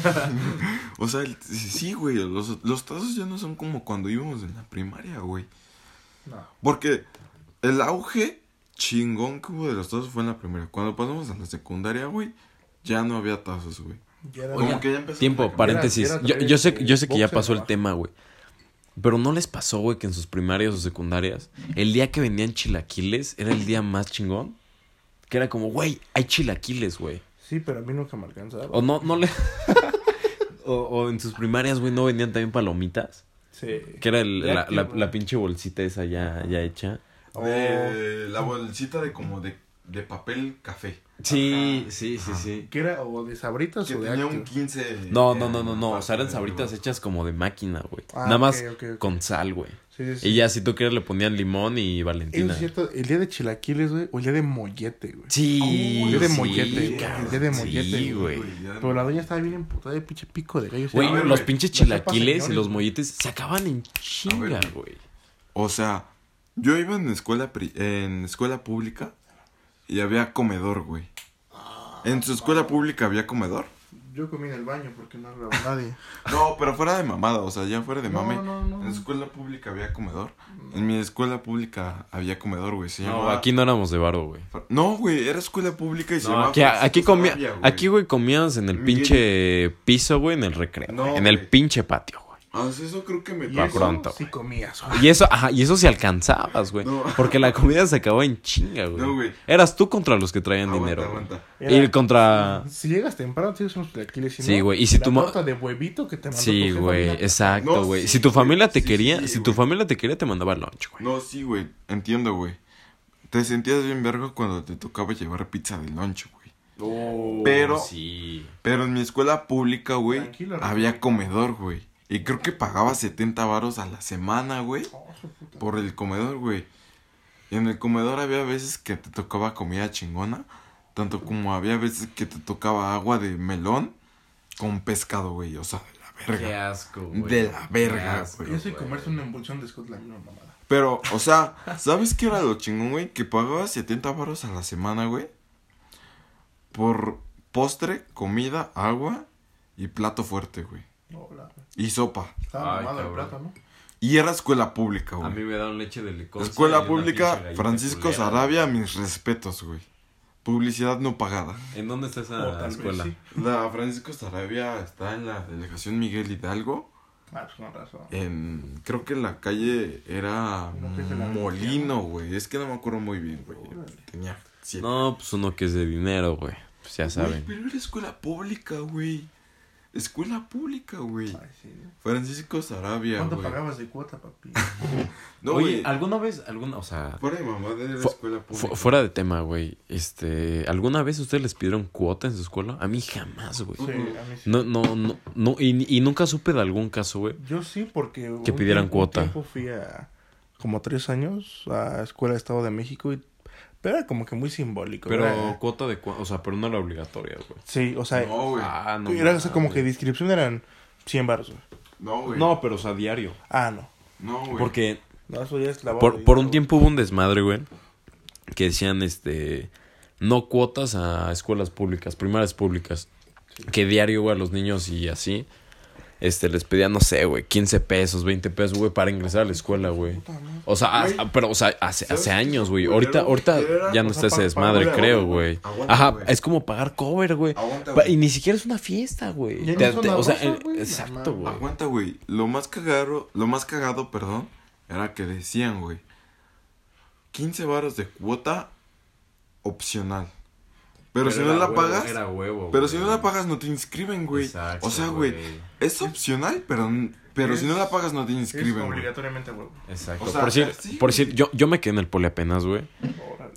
O sea, el- sí, güey. Los, los tazos ya no son como cuando íbamos en la primaria, güey. No. Porque el auge chingón que hubo de los tazos fue en la primaria. Cuando pasamos a la secundaria, güey, ya no había tazos, güey. Ya era- Como que ya empezó Tiempo, a cambiar. paréntesis. era Yo, traer, yo sé, este, yo sé que ya boxer pasó el abajo. tema, güey. Pero no les pasó, güey, que en sus primarias o secundarias, el día que vendían chilaquiles era el día más chingón. Que era como, güey, hay chilaquiles, güey. Sí, pero a mí nunca me alcanzaba. O no, no le. o, o en sus primarias, güey, no vendían también palomitas. Sí. Que era el- Ya la, que, la, güey. la pinche bolsita esa ya, ya hecha. De la bolsita de como de, de papel café. Sí, sí, sí, sí. Que era o de sabritas Que o de tenía un Active. quince. No, en no, no, no, no. la O sea, eran parte de sabritas arriba. hechas como de máquina, güey. Ah, Nada ok, más ok, ok. con sal, güey. Sí, sí, sí. Y ya si tú quieres le ponían limón y Eso Valentina. es cierto, el día de chilaquiles, güey, o el día de mollete, güey. Sí, el día de sí, mollete, güey, cabrón, el día de mollete, sí, güey. ya Pero la doña estaba bien emputada de pinche pico de gallo. Güey, A ver, los güey, pinches las sopas chilaquiles y señores, los güey. molletes se acaban en chinga, güey. güey. O sea, yo iba en escuela pri- en escuela pública y había comedor, güey. ¿En su escuela pública había comedor? Yo comí en el baño porque no grabó nadie. No, pero fuera de mamada, o sea, ya fuera de No, mame. no, no. En su escuela pública había comedor. En mi escuela pública había comedor, güey. Se No, llamaba... aquí no éramos de varo, güey. No, güey, era escuela pública y se No, llamaba... aquí, aquí Francisco comía, Sarabia, güey. aquí, güey, comías en el Miguel. pinche piso, güey, en el recreo. No, en el güey. pinche patio, güey. Ah, sí, eso creo que me Y Pa' eso pronto, sí güey. comías, güey. Y eso, ajá, y eso si alcanzabas, güey. No. Porque la comida se acabó en chinga, güey. No, güey. Eras tú contra los que traían Aguanta, dinero, güey. aguanta. Era- Ir contra... Si llegas temprano, tienes unos chilaquiles. Si Sí, no, güey, y si la tu ma- torta de huevito que te mandó tu Sí, jefa, güey, mira. exacto, No, güey. sí, si tu güey. familia te Sí, quería, sí, si tu güey. familia te quería, te mandaba lunch, güey. No, sí, güey. Entiendo, güey. Te sentías bien verga cuando te tocaba llevar pizza de lunch, güey. Pero- Sí. Pero en mi escuela pública, güey, Tranquilo, había Rafa. comedor, güey. Y creo que pagaba setenta varos a la semana, güey, Oh, su puta. por el comedor, güey. Y en el comedor había veces que te tocaba comida chingona, tanto como había veces que te tocaba agua de melón con pescado, güey. O sea, de la verga. Qué asco, güey. De la verga, Qué asco, güey. Eso y güey. comerse una emulsión de Scott la misma mamada. Pero, o sea, ¿sabes qué era lo chingón, güey? Que pagabas setenta baros a la semana, güey. Por postre, comida, agua y plato fuerte, güey. No, la... Y sopa. Estaba Ay, mamado el cabrón. plato, ¿no? Y era escuela pública, A güey. mí me daban leche de licor. Escuela pública, Francisco Sarabia, mis respetos, güey. Publicidad no pagada. ¿En dónde está O esa tal vez escuela? sí. La Francisco Sarabia está en la delegación Miguel Hidalgo. Ah, pues con razón. En, creo que la calle era Creo que es de la Molino, güey. Es que no me acuerdo muy bien, güey. Tenía siete. No, pues uno que es de dinero, güey. Pues ya Güey, saben. pero era escuela pública, güey. Escuela pública, güey. Ay, sí. Francisco Sarabia, ¿Cuánto güey. pagabas de cuota, papi? No, Oye, güey. ¿alguna vez, alguna, o sea, Fuera de mamá de la Fu- escuela pública. fu- fuera de tema, güey, este, ¿alguna vez ustedes les pidieron cuota en su escuela? A mí jamás, güey. Sí, a mí sí. No, no, no, no, y, y nunca supe de algún caso, güey. Yo sí, porque... Que un pidieran tiempo- un cuota. tiempo fui a... Como tres años a Escuela de Estado de México y... Pero era como que muy simbólico. Pero era- cuota de, cua- o sea, pero no era obligatoria, güey. Sí, o sea... No, güey. Ah, no. era o sea, como mames. que de inscripción eran cien baros, güey. No, güey. No, pero o sea, diario. Ah, no. No, güey. Porque No, eso ya es lavado por, de por un dinero, tiempo hubo un desmadre, güey, que decían, este, no cuotas a escuelas públicas, primarias públicas. Que diario, güey, a los niños y así, este, les pedían, no sé, güey, quince pesos, veinte pesos, güey, para ingresar a la escuela, güey. O sea, Güey. a- pero, o sea, hace, ¿Sabes hace qué años, güey. culero, Ahorita, güey? ahorita Que era, ya no o está sea, ese pa- desmadre, pa- creo, aguanta, güey. aguanta, Ajá, güey. es como pagar cover, güey. Aguanta, Pa- güey. Y ni siquiera es una fiesta, güey. Ya Te- ni es te- una o sea, rosa, eh, güey, exacto, mamá. güey. Aguanta, güey. Lo más cagado, lo más cagado, perdón, era que decían, güey, quince varos de cuota opcional. Pero, si no era la huevo, pagas, era huevo, pero güey. si no la pagas no te inscriben, güey. Exacto, O sea, güey, es opcional, pero pero si no la pagas no te Es inscriben, güey. obligatoriamente, güey. Exacto. O sea, por decir, sí, por güey. decir yo, yo me quedé en el poli apenas, güey. Órale.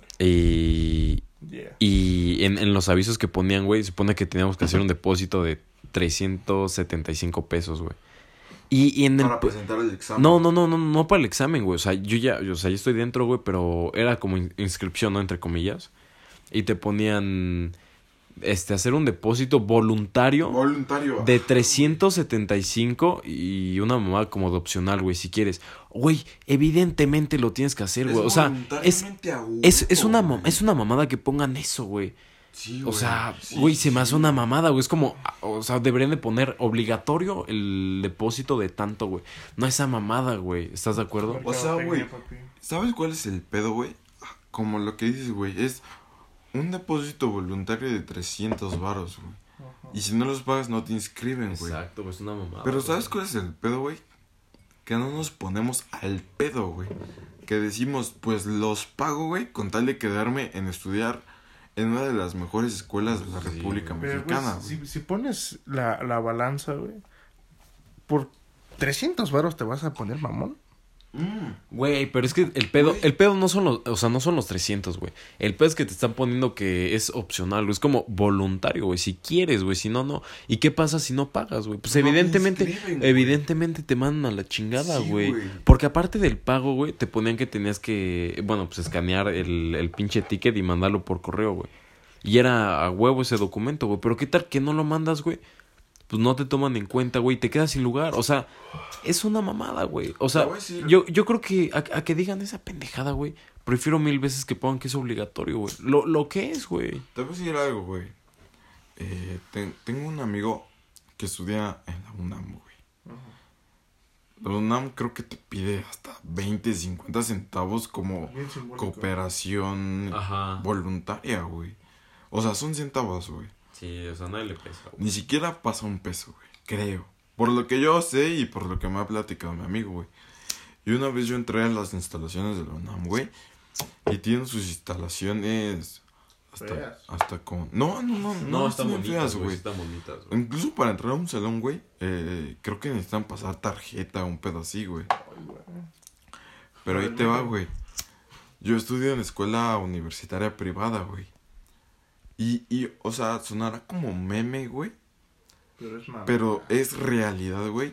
Y, Yeah. y en, en los avisos que ponían, güey, supone que teníamos que hacer un depósito de trescientos setenta y cinco pesos, güey. Y, y en el... Para presentar el examen. No, no, no, no, no para el examen, güey. O sea, yo ya, yo, o sea, yo estoy dentro, güey, pero era como in- inscripción, ¿no? Entre comillas. Y te ponían, este, hacer un depósito voluntario Voluntario. de trescientos setenta y cinco y una mamada como de opcional, güey, si quieres. Güey, evidentemente lo tienes que hacer, güey. O sea, es, es, es, una, ma- es una mamada que pongan eso, güey. Sí, O sea, sí, güey, se me hace sí. una mamada, güey. Es como, o sea, deberían de poner obligatorio el depósito de tanto, güey. No esa mamada, güey. ¿Estás de acuerdo? O sea, güey. Mercadotecnia, papi. ¿Sabes cuál es el pedo, güey? Como lo que dices, güey, es un depósito voluntario de trescientos varos, güey. Ajá. Y si no los pagas no te inscriben, güey. Exacto, güey, es una mamada. Pero güey. ¿sabes cuál es el pedo, güey? Que no nos ponemos al pedo, güey. Que decimos, pues los pago, güey, con tal de quedarme en estudiar en una de las mejores escuelas de la Sí, República güey. Pero, Mexicana, pues, güey. si, si pones la, la balanza, güey, por trescientos varos te vas a poner mamón. Mm. Güey, pero es que el pedo, Güey. el pedo no son los, o sea, no son los trescientos, güey. El pedo es que te están poniendo que es opcional, güey. Es como voluntario, güey. Si quieres, güey. Si no, no. ¿Y qué pasa si no pagas, güey? Pues No te evidentemente, inscriben, güey. evidentemente te mandan a la chingada, Sí, güey. güey. Porque aparte del pago, güey, te ponían que tenías que, bueno, pues escanear el, el pinche ticket y mandarlo por correo, güey. Y era a huevo ese documento, güey. Pero qué tal que no lo mandas, güey. Pues no te toman en cuenta, güey, y te quedas sin lugar. O sea, es una mamada, güey. O sea, Te voy a decir- yo, yo creo que a, a que digan esa pendejada, güey, prefiero mil veces que pongan que es obligatorio, güey. Lo, lo que es, güey. Te voy a decir algo, güey. Eh, ten- tengo un amigo que estudia en la UNAM, güey. La UNAM creo que te pide hasta veinte, cincuenta centavos como Bien simbólico. cooperación Ajá. voluntaria, güey. O sea, son centavos, güey. Sí, o sea, nadie le pesa, güey. Ni siquiera pasa un peso, güey. Creo. Por lo que yo sé y por lo que me ha platicado mi amigo, güey. Y una vez yo entré a las instalaciones de la UNAM, güey. Y tienen sus instalaciones hasta, Feas. hasta con... No, no, no, no, No, están están bonitas, feas, güey. güey. Están bonitas, güey. Incluso para entrar a un salón, güey, eh, creo que necesitan pasar tarjeta o un pedo así, güey. Ay, güey. Pero ahí te va, güey. Yo estudio en escuela universitaria privada, güey. Y, y, o sea, sonará como meme, güey. Pero es mamá. Pero es realidad, güey.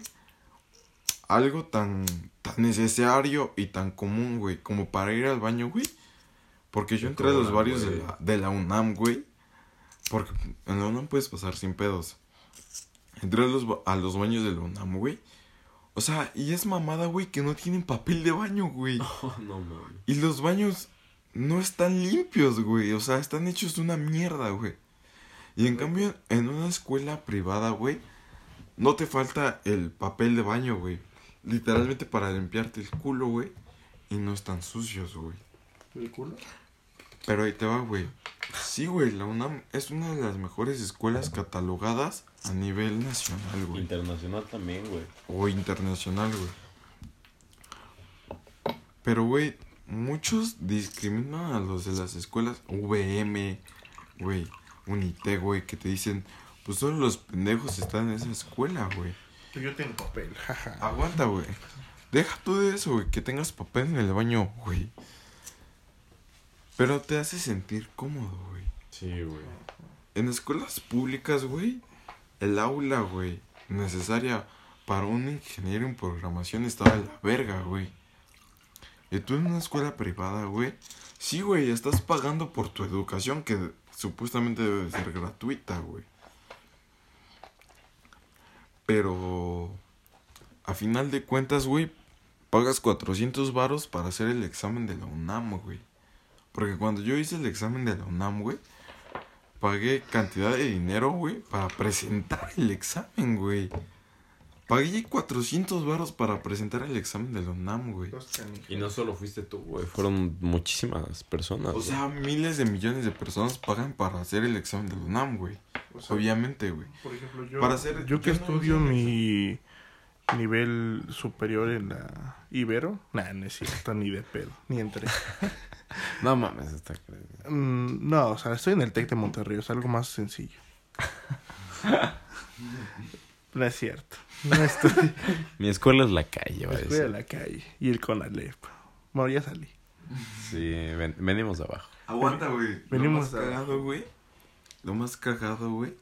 Algo tan, tan necesario y tan común, güey. Como para ir al baño, güey. Porque yo Te entré a los cobran, barrios de güey. la, de la UNAM, güey. Porque en la UNAM puedes pasar sin pedos. entré a los, ba- a los baños de la UNAM, güey. O sea, y es mamada, güey, que no tienen papel de baño, güey. Oh, no mames. Y los baños no están limpios, güey. O sea, están hechos de una mierda, güey. Y en cambio, en una escuela privada, güey, no te falta el papel de baño, güey. Literalmente para limpiarte el culo, güey. Y no están sucios, güey. ¿El culo? Pero ahí te va, güey. Sí, güey, la UNAM es una de las mejores escuelas catalogadas a nivel nacional, güey. Internacional también, güey. O internacional, güey. Pero, güey, muchos discriminan a los de las escuelas V M, güey, Unitec, güey, que te dicen, pues solo los pendejos están en esa escuela, güey. Pues yo tengo papel, jaja. Aguanta, güey. Deja tú de eso, güey, que tengas papel en el baño, güey. Pero te hace sentir cómodo, güey. Sí, güey. En escuelas públicas, güey, el aula, güey, necesaria para un ingeniero en programación estaba de la verga, güey. Y tú en una escuela privada, güey, sí, güey, estás pagando por tu educación que supuestamente debe de ser gratuita, güey. Pero a final de cuentas, güey, pagas cuatrocientos varos para hacer el examen de la UNAM, güey. Porque cuando yo hice el examen de la UNAM, güey, pagué cantidad de dinero, güey, para presentar el examen, güey. Pagué cuatrocientos varos para presentar el examen de la UNAM, güey. Y no solo fuiste tú, güey. Fueron muchísimas personas. O sea, miles de millones de personas pagan para hacer el examen de la UNAM, güey. O sea, Obviamente, güey. por ejemplo, yo, Para hacer- yo que yo no estudio hice mi nivel superior en la Ibero, nah, no es cierto, ni de pedo, ni entré. No mames, está creíble. Mm, no, o sea, estoy en el Tec de Monterrey, es algo más sencillo. No es cierto, no estoy. Mi escuela es la calle, va a Estoy a decir. la calle y el Conalep. Bueno, ya salí. Sí, ven- venimos de abajo. Aguanta, güey. Venimos Lo más a- cagado, güey. Lo más cagado, güey.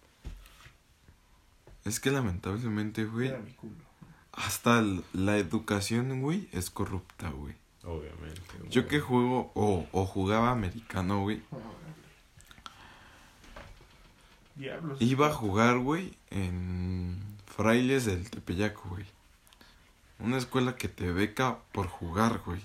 Es que lamentablemente, güey, Era mi culo. hasta l- la educación, güey, es corrupta, güey. Obviamente. güey. Yo que juego o, o jugaba americano, güey, Diablos. iba a jugar, güey, en Frailes del Tepeyac, güey. Una escuela que te beca por jugar, güey.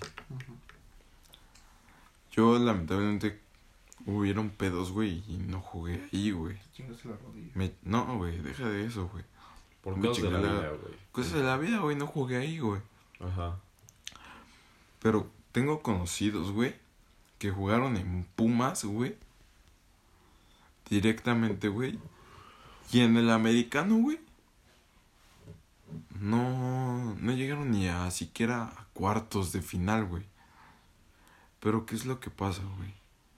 Yo, lamentablemente, hubieron pedos, güey, y no jugué ahí, güey. Chingaste la rodilla. Me- No, güey, deja de eso, güey. Por me cosas de la chingué la- vida, güey. Cosas de la vida, güey, no jugué ahí, güey. Ajá. Pero tengo conocidos, güey, que jugaron en Pumas, güey. Directamente, güey. Y en el americano, güey. No, no llegaron ni a siquiera a cuartos de final, güey. Pero ¿qué es lo que pasa, güey?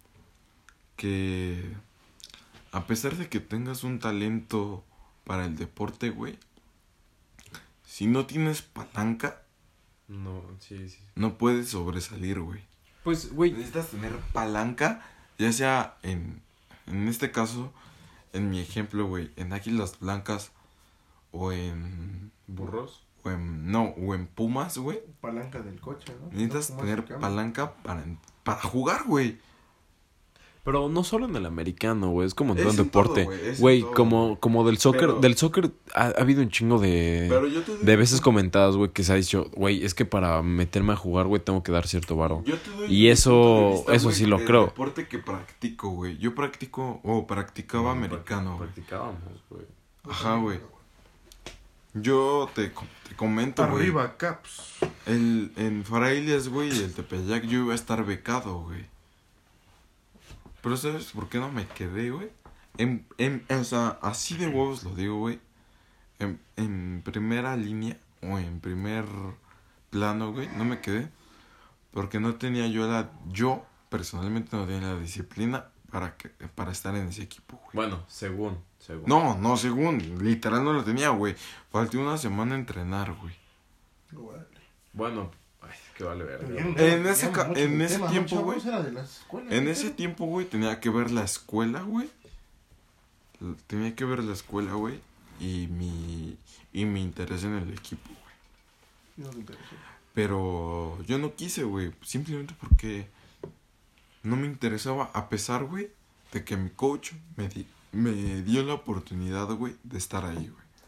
Que a pesar de que tengas un talento para el deporte, güey, si no tienes palanca, No, sí, sí. no puedes sobresalir, güey. Pues, güey. Necesitas tener palanca, ya sea en, en este caso, en mi ejemplo, güey, en Águilas Blancas o en, Burros. o en, no, o en Pumas, güey. Palanca del coche, ¿no? Necesitas No, tener más cercano. palanca para, para jugar, güey. Pero no solo en el americano, güey. Es como en Es todo un en todo, deporte. güey, es en Güey, todo, como, güey. como del soccer. Pero- Del soccer ha, ha habido un chingo de... Pero yo te doy De veces comentadas, güey, que se ha dicho, güey, es que para meterme a jugar, güey, tengo que dar cierto varo. Yo te doy Y mi eso- punto de vista, eso güey, sí lo del creo. deporte que practico, güey. Yo practico, o practicaba americano, güey. Practicábamos, güey. Ajá, güey. Yo te, co- te comento, güey. Arriba, Caps. El, en Frailes, güey, y el Tepeyac, yo iba a estar becado, güey. Pero ¿sabes por qué no me quedé, güey? En, en, o sea, así de huevos lo digo, güey. En, en primera línea o en primer plano, güey, no me quedé. Porque no tenía yo la... Yo, personalmente, no tenía la disciplina para, que, para estar en ese equipo, güey. Bueno, según, según. No, no, según. Literal no lo tenía, güey. Falté una semana a entrenar, güey. Órale. Bueno, ay, que vale ver. Pero ya no En tenemos- ese ya ca- mucho en de ese tema, ¿no, tiempo, chavos? güey? Era de la escuela, En ¿no? ese tiempo, güey, tenía que ver la escuela, güey. L- Tenía que ver la escuela, güey. Y mi, y mi interés en el equipo, güey. No te interesó. Pero yo no quise, güey. Simplemente porque no me interesaba. A pesar, güey, de que mi coach me, di- me dio la oportunidad, güey, de estar ahí, güey.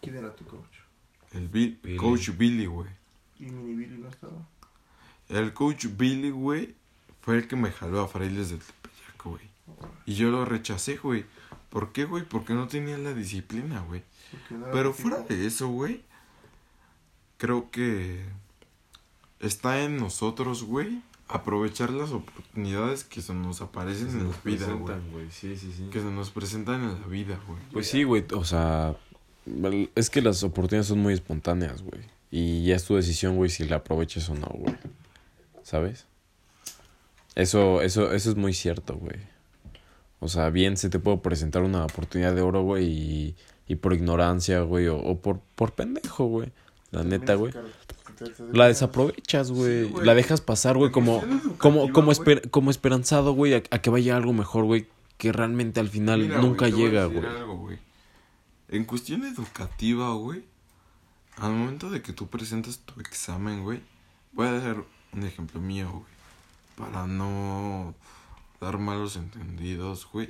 ¿Quién era tu coach? El Bill, Billy. coach Billy, güey. ¿Y Mini Billy no estaba? El coach Billy, güey, fue el que me jaló a Frailes del Tepeyac, güey. Y yo lo rechacé, güey. ¿Por qué, güey? Porque no tenía la disciplina, güey. Porque no era Pero mi fuera tipo. de eso, güey, creo que está en nosotros, güey, aprovechar las oportunidades que se nos aparecen en la vida, güey. presentan, güey. Sí, sí, sí. Que se nos presentan en la vida, güey. Pues sí, güey, o sea, es que las oportunidades son muy espontáneas, güey. Y ya es tu decisión, güey, si la aprovechas o no, güey. ¿Sabes? Eso, eso, eso es muy cierto, güey. O sea, bien se te puede presentar una oportunidad de oro, güey, y, y por ignorancia, güey, o, o por, por pendejo, güey. La neta, güey. La desaprovechas, güey. Sí, güey. La dejas pasar, güey, como, En cuestión como, educativa, como, güey. esper- como esperanzado, güey, a, a que vaya algo mejor, güey. Que realmente al final Mira, nunca güey, te voy a llega, decir güey. algo, güey. En cuestión educativa, güey, al momento de que tú presentas tu examen, güey, voy a dar un ejemplo mío, güey, para no dar malos entendidos, güey.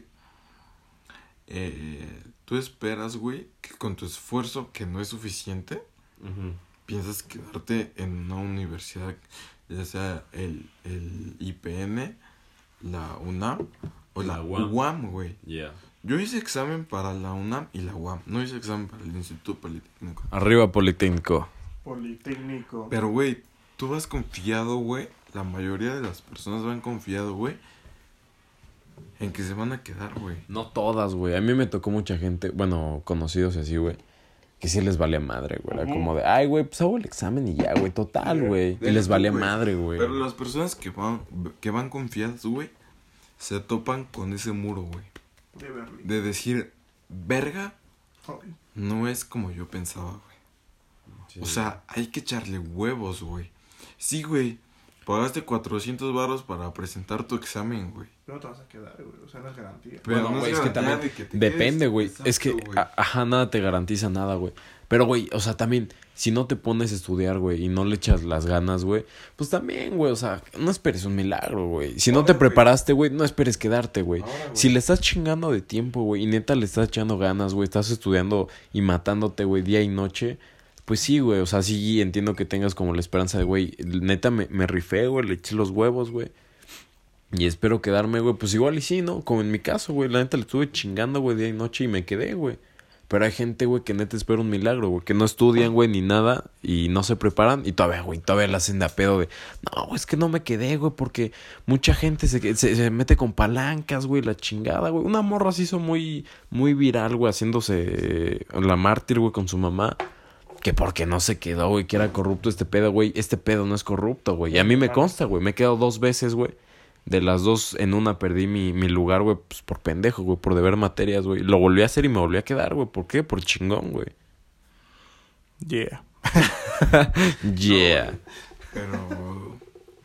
Eh, tú esperas, güey, que con tu esfuerzo, que no es suficiente, Ujú. piensas quedarte en una universidad, ya sea el, el I P N, la UNAM o la La U A M. U A M, güey. Yeah. Yo hice examen para la UNAM y la U A M. No hice examen para el Instituto Politécnico. Arriba Politécnico. Politécnico. Pero, güey, tú vas confiado, güey. La mayoría de las personas van confiado, güey, en que se van a quedar, güey. No todas, güey. A mí me tocó mucha gente, bueno, conocidos y así, güey, que sí les valía madre, güey. Era como de, ay, güey, pues hago el examen y ya, güey, total, güey. Y Deja les tú, valía güey. madre, güey. Pero las personas que van, que van confiadas, güey, se topan con ese muro, güey. De Berlín. De decir, verga, Ay, no es como yo pensaba, güey. Sí. O sea, hay que echarle huevos, güey. Sí, güey. Pagaste cuatrocientos varos para presentar tu examen, güey. no te vas a quedar, güey. O sea, no es garantía. Pero Bueno, no güey, es es que garantía también de que te depende, quedes. güey. Exacto, Es que, güey. a- ajá, nada te garantiza nada, güey. Pero, güey, o sea, también, si no te pones a estudiar, güey, y no le echas las ganas, güey, pues también, güey, o sea, no esperes un milagro, güey. Si no Ahora, te güey. preparaste, güey, no esperes quedarte, güey. Ahora, güey. Si le estás chingando de tiempo, güey, y neta le estás echando ganas, güey, estás estudiando y matándote, güey, día y noche, pues sí, güey, o sea, sí entiendo que tengas como la esperanza de, güey, neta me, me rifé, güey, le eché los huevos, güey. Y espero quedarme, güey, pues igual y sí, ¿no? Como en mi caso, güey, la neta le estuve chingando, güey, día y noche y me quedé, güey. Pero hay gente, güey, que neta espera un milagro, güey, que no estudian, güey, ni nada y no se preparan y todavía, güey, todavía la hacen de a pedo de, no, güey, es que no me quedé, güey, porque mucha gente se, se, se mete con palancas, güey, la chingada, güey. Una morra se hizo muy, muy viral, güey, haciéndose eh, la mártir, güey, con su mamá. Que porque no se quedó, güey, que era corrupto este pedo, güey. Este pedo no es corrupto, güey. Y a mí me consta, güey. Me he quedado dos veces, güey. De las dos, en una perdí mi, mi lugar, güey, pues por pendejo, güey, por deber materias, güey. Lo volví a hacer y me volví a quedar, güey. ¿Por qué? Por chingón, güey. Yeah. Yeah. Pero...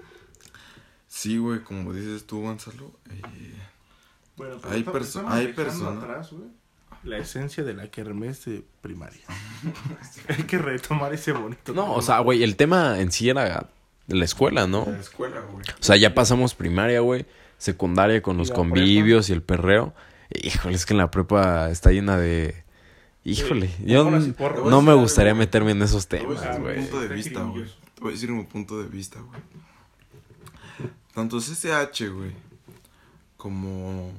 sí, güey, como dices tú, Gonzalo. Eh, Bueno, Hay estamos- perso- estamos hay dejando personas- atrás, güey, la esencia de la kermés de primaria. Hay que retomar ese bonito. No, tema. o sea, güey, el tema en sí era de la escuela, ¿no? en la escuela, güey. O sea, ya pasamos primaria, güey. Secundaria con ¿Y los la convivios y el perreo. Híjole, es que en la prepa está llena de... Híjole, Sí, yo porras y n- porras. no me Voy a decir gustaría algo, güey. meterme en esos Te voy a temas, decir mi güey. punto de Está vista, güey. grillos. Te voy a decir mi punto de vista, güey. Tanto C C H, güey, como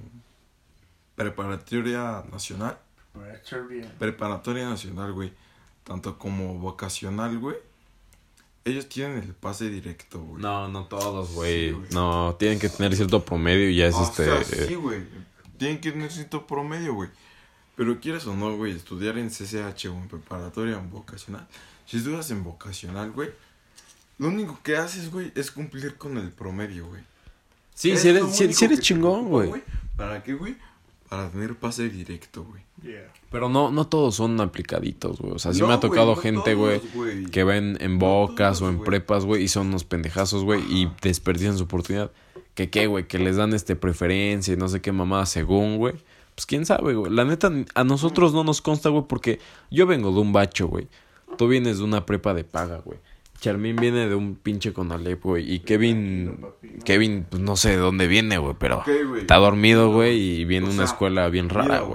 Preparatoria Nacional. Voy a echar bien. Preparatoria Nacional, güey. Tanto como vocacional, güey. Ellos tienen el pase directo, güey. No, no todos, Sí, güey. güey. No, tienen que tener cierto promedio y ya es O este... sea, eh, sí, güey. Tienen que tener cierto promedio, güey. Pero quieres o no, güey, estudiar en C C H o en preparatoria o en vocacional. Si estudias en vocacional, güey, lo único que haces, güey, es cumplir con el promedio, güey. Sí, Es si lo eres, si, único si eres que te chingón, preocupa, güey. ¿Para qué, güey? Para tener pase directo, güey. Yeah. Pero no, no todos son aplicaditos, güey. O sea, sí No, me ha güey, tocado no gente, güey, todos, güey. que ven en No bocas todos, o en güey. prepas, güey, y son unos pendejazos, güey, y Ajá. desperdician su oportunidad. Que qué, güey, que les dan este preferencia y no sé qué mamada según, güey. Pues quién sabe, güey. La neta, a nosotros no nos consta, güey, porque yo vengo de un bacho, güey. Tú vienes de una prepa de paga, güey. Charmín viene de un pinche Conalep, güey. Y Kevin, Kevin, pues no sé de dónde viene, güey, pero Ok, güey. está dormido, güey, y viene O de una sea, escuela bien rara, mira, güey.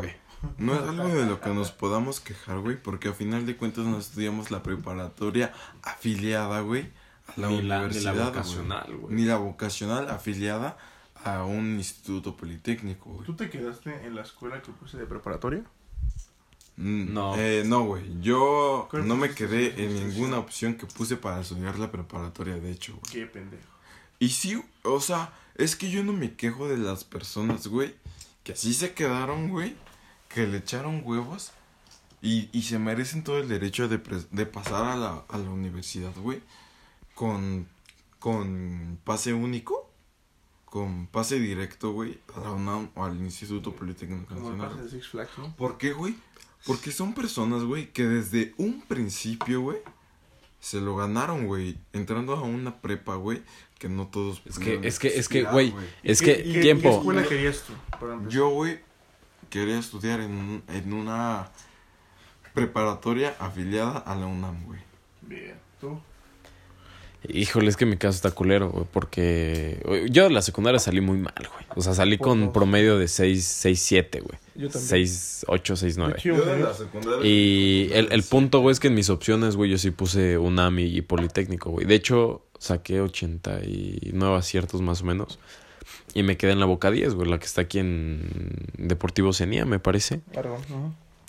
no es algo de lo que nos podamos quejar, güey, porque a final de cuentas no estudiamos la preparatoria afiliada, güey, a la Ni la- ni universidad, la güey. vocacional, güey. Ni la vocacional afiliada a un instituto politécnico, güey. ¿Tú te quedaste en la escuela que puse de preparatoria? Mm, No. Eh, no, güey. Yo ¿Cuál no me pusiste? quedé en ninguna opción que puse para estudiar la preparatoria, de hecho, güey. Qué pendejo. Y sí, o sea, es que yo no me quejo de las personas, güey, que así se quedaron, güey, que le echaron huevos y, y se merecen todo el derecho de, pres- de pasar a la, a la universidad, güey, con, con pase único, con pase directo, güey, a la UNAM o al Instituto Politécnico Como el Nacional. pase de Six Flags, ¿no? ¿Por qué, güey? Porque son personas, güey, que desde un principio, güey, se lo ganaron, güey, entrando a una prepa, güey, que no todos Es que, pudieron es que, es que, aspirar, güey, es ¿Qué- que, qué- ¿Qué tiempo. escuela querías tú? para empezar? Yo, güey, quería estudiar en, un- en una preparatoria afiliada a la UNAM, güey. Bien. ¿Tú? Híjole, es que mi caso está culero, güey, porque güey, yo de la secundaria salí muy mal, güey. O sea, salí con Pocos. promedio de seis, seis, siete, güey. Yo también. seis, ocho, seis, nueve. Yo de la secundaria. Y el, el punto, güey, es que en mis opciones, güey, yo sí puse UNAM y, y Politécnico, güey. De hecho, saqué ochenta y nueve aciertos más o menos. Y me quedé en la Boca diez, güey, la que está aquí en Deportivo Oceanía, me parece. Aragón, ajá.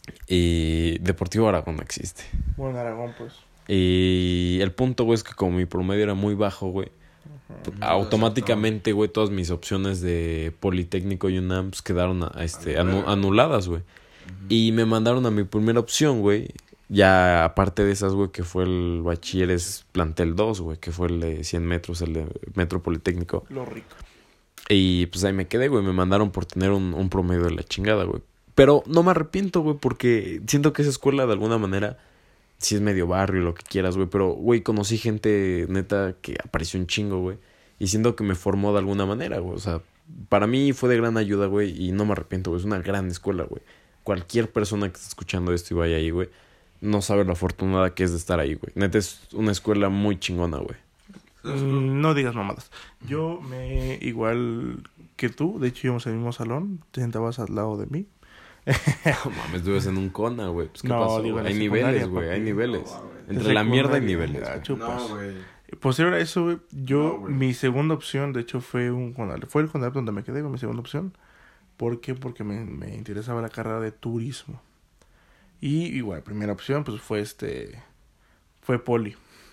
Y Deportivo Aragón no existe. Bueno, Aragón, pues. Y el punto, güey, es que como mi promedio era muy bajo, güey, automáticamente, güey, todas mis opciones de Politécnico y UNAM pues, quedaron a- a este, anu- anuladas, güey. Y me mandaron a mi primera opción, güey. Ya aparte de esas, güey, que fue el bachilleres plantel dos, güey, que fue el de cien metros, el de Metro Politécnico. Lo rico. Y pues ahí me quedé, güey. Me mandaron por tener un, un promedio de la chingada, güey. Pero no me arrepiento, güey, porque siento que esa escuela de alguna manera sí es medio barrio, lo que quieras, güey. Pero, güey, conocí gente neta que apareció un chingo, güey. Y siento que me formó de alguna manera, güey. O sea, para mí fue de gran ayuda, güey. Y no me arrepiento, güey. Es una gran escuela, güey. Cualquier persona que esté escuchando esto y vaya ahí, güey, no sabe lo afortunada que es de estar ahí, güey. Neta es una escuela muy chingona, güey. Mm, No digas mamadas. Yo me, igual que tú, de hecho íbamos al mismo salón, te sentabas al lado de mí. No mames, vives en un cona, güey. Pues, ¿qué No, pasó, digo, güey? en Hay la niveles, secundaria, güey. Hay papi. niveles. No, güey. Entre la mierda hay Secundaria, niveles, ah, güey. chupas. No, güey. Posterior a eso, güey, yo, No, güey. mi segunda opción, de hecho, fue un Conalep. Fue el Conalep donde me quedé con mi segunda opción. ¿Por qué? Porque me, me interesaba la carrera de turismo. Y igual, primera opción, pues fue este... Fue Poli.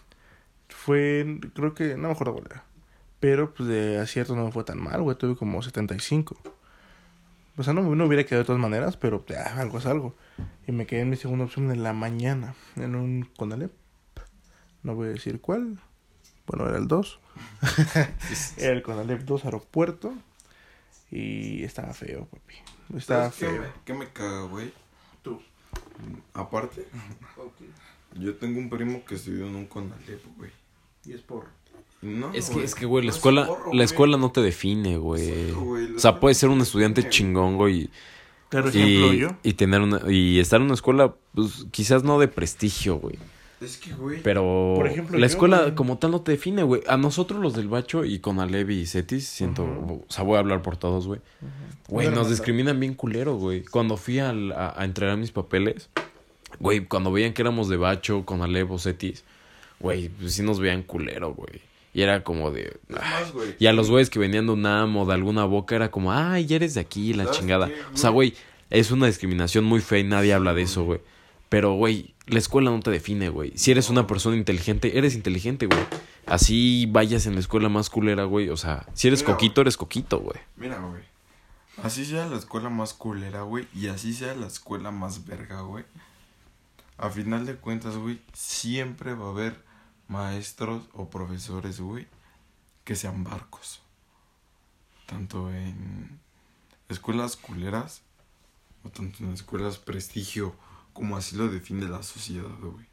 Fue, creo que, no me acuerdo cuál era. Pero, pues, de acierto no me fue tan mal, güey. Tuve como setenta y cinco. O sea, no, no hubiera quedado de todas maneras, pero ya, algo es algo. Y me quedé en mi segunda opción en la mañana, en un Conalep. No voy a decir cuál. Bueno, era el dos. Era el Conalep dos Aeropuerto. Y estaba feo, papi. Estaba ¿Sabes qué feo. me, qué me caga, güey? Tú. Aparte, yo tengo un primo que estudió en un Conalep, güey. Y es por... No, Es que, güey. es que, güey, la No es escuela, porro, la güey. escuela no te define, güey. Exacto, güey, la O sea, escuela puedes ser un no te estudiante define, chingón, güey. Claro, ejemplo Y, yo. y tener una, y estar en una escuela, pues, quizás no de prestigio, güey. Es que, güey. Pero Por ejemplo, la yo, escuela güey. como tal no te define, güey. A nosotros los del Bacho y con Alevi y Cetis, siento, Ujú. o sea, voy a hablar por todos, güey. Güey, Bueno, nos manda. discriminan bien culero, güey. Cuando fui al- a, a entregar mis papeles, güey, cuando veían que éramos de Bacho, con Alev o Cetis, güey, pues sí nos veían culero, güey. Y era como de... Es ay. más, güey. Y a los güeyes que venían de UNAM o de alguna boca era como, ay, ya eres de aquí, la ¿Sabes chingada. qué, O sea, güey? güey, es una discriminación muy fea y nadie habla de eso, güey. Pero, güey, la escuela no te define, güey. Si eres una persona inteligente, eres inteligente, güey. Así vayas en la escuela más culera, güey. O sea, si eres Mira, coquito, eres coquito, güey. Mira, güey. Así sea la escuela más culera, güey. Y así sea la escuela más verga, güey. A final de cuentas, güey, siempre va a haber maestros o profesores, güey, que sean barcos. Tanto en escuelas culeras o tanto en escuelas prestigio, como así lo define la sociedad, güey.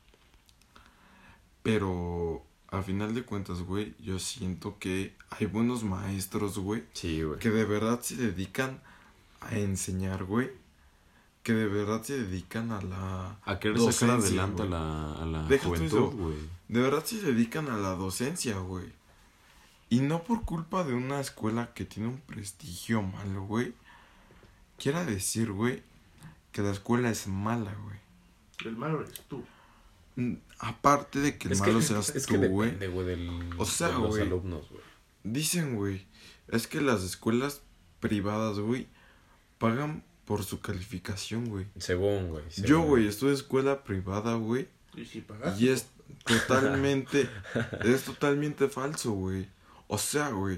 Pero a final de cuentas, güey, yo siento que hay buenos maestros, güey, Sí, güey. que de verdad se dedican a enseñar, güey. Que de verdad se dedican a la A querer docencia, sacar adelante a güey. la, a la Deja tú juventud, eso. güey. De verdad se dedican a la docencia, güey. Y no por culpa de una escuela que tiene un prestigio malo, güey. Quiera decir, güey, que la escuela es mala, güey. El malo eres tú. Mm, Aparte de que el Es malo que, seas es tú, que güey. depende, güey, del, O sea, de los güey. alumnos, güey. Dicen, güey, es que las escuelas privadas, güey, pagan por su calificación, güey. Según, güey. Yo, según. güey, estuve en escuela privada, güey. Y si pagas. Y es totalmente, es totalmente falso, güey. O sea, güey,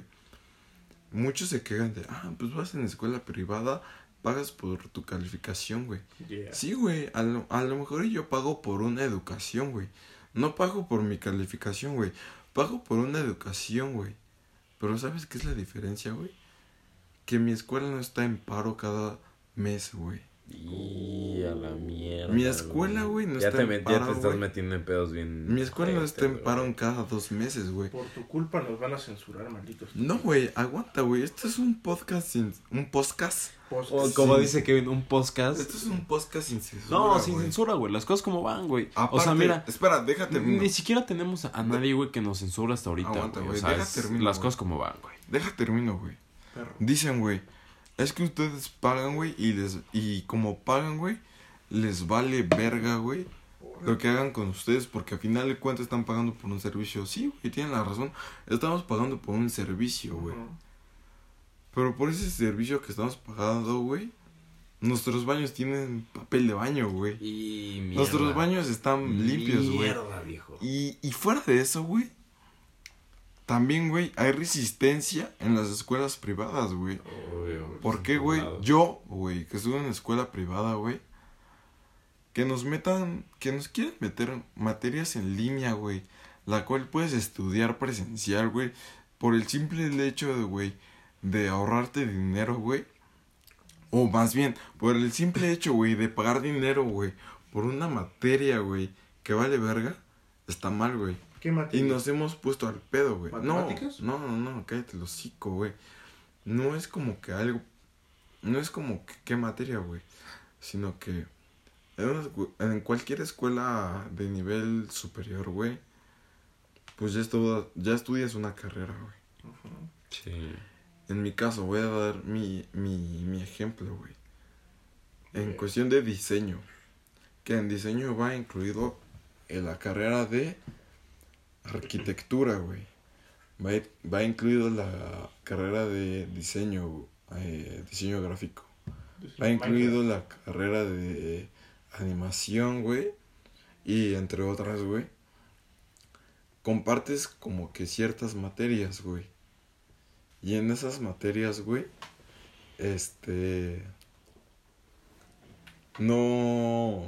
muchos se quejan de, ah, pues vas en escuela privada, pagas por tu calificación, güey. Yeah. Sí, güey, a lo, a lo mejor yo pago por una educación, güey. No pago por mi calificación, güey. Pago por una educación, güey. Pero ¿sabes qué es la diferencia, güey? Que mi escuela no está en paro cada mes, güey. Y a la mierda. Mi escuela, güey, no ya está te en met- paro, Ya te estás güey. metiendo en pedos bien. Mi escuela no está en fuertes, paro güey. en cada dos meses, güey. Por tu culpa nos van a censurar, malditos. No, güey, aguanta, güey. Esto es un podcast sin... ¿Un podcast? Post- O como Sí. dice Kevin, un podcast. Esto es un podcast sin censura, No, sin güey. censura, güey. Las cosas como van, güey. Aparte, O sea, mira. espera, déjate. Ni siquiera tenemos a, a nadie, güey, que nos censura hasta ahorita, Aguanta, güey. O güey, sea, deja es- termino, las güey. cosas como van, güey. Deja termino, güey. Perro. Dicen, güey, es que ustedes pagan, güey, y les... Y como pagan, güey, les vale verga, güey, lo que hagan con ustedes, porque al final de cuentas están pagando por un servicio. Sí, güey, tienen la razón. Estamos pagando por un servicio, güey. Ujú. Pero por ese servicio que estamos pagando, güey, nuestros baños tienen papel de baño, güey. Y mierda. Nuestros baños están limpios, güey. Mierda, viejo. Y, y fuera de eso, güey, también, güey, hay resistencia en las escuelas privadas, güey. Obvio. ¿Por qué, güey? Yo, güey, que estuve en escuela privada, güey, que nos metan, que nos quieren meter materias en línea, güey, la cual puedes estudiar presencial, güey, por el simple hecho de, güey, de ahorrarte dinero, güey. O más bien, por el simple hecho, güey, de pagar dinero, güey, por una materia, güey, que vale verga, está mal, güey. ¿Qué Y materia? nos hemos puesto al pedo, güey. No, ¿Matemáticas? no, no, no, cállate el hocico, güey. No es como que algo, no es como que qué materia, güey, sino que en, una escu- en cualquier escuela de nivel superior, güey, pues ya, estu- ya estudias una carrera, güey. Ujú. Sí. En mi caso, voy a dar mi, mi, mi ejemplo, güey. En cuestión de diseño, que en diseño va incluido en la carrera de arquitectura, güey. Va, va incluido la carrera de diseño, eh, diseño gráfico. Va incluido la carrera de animación, güey. Y entre otras, güey. Compartes como que ciertas materias, güey. Y en esas materias, güey, este... No...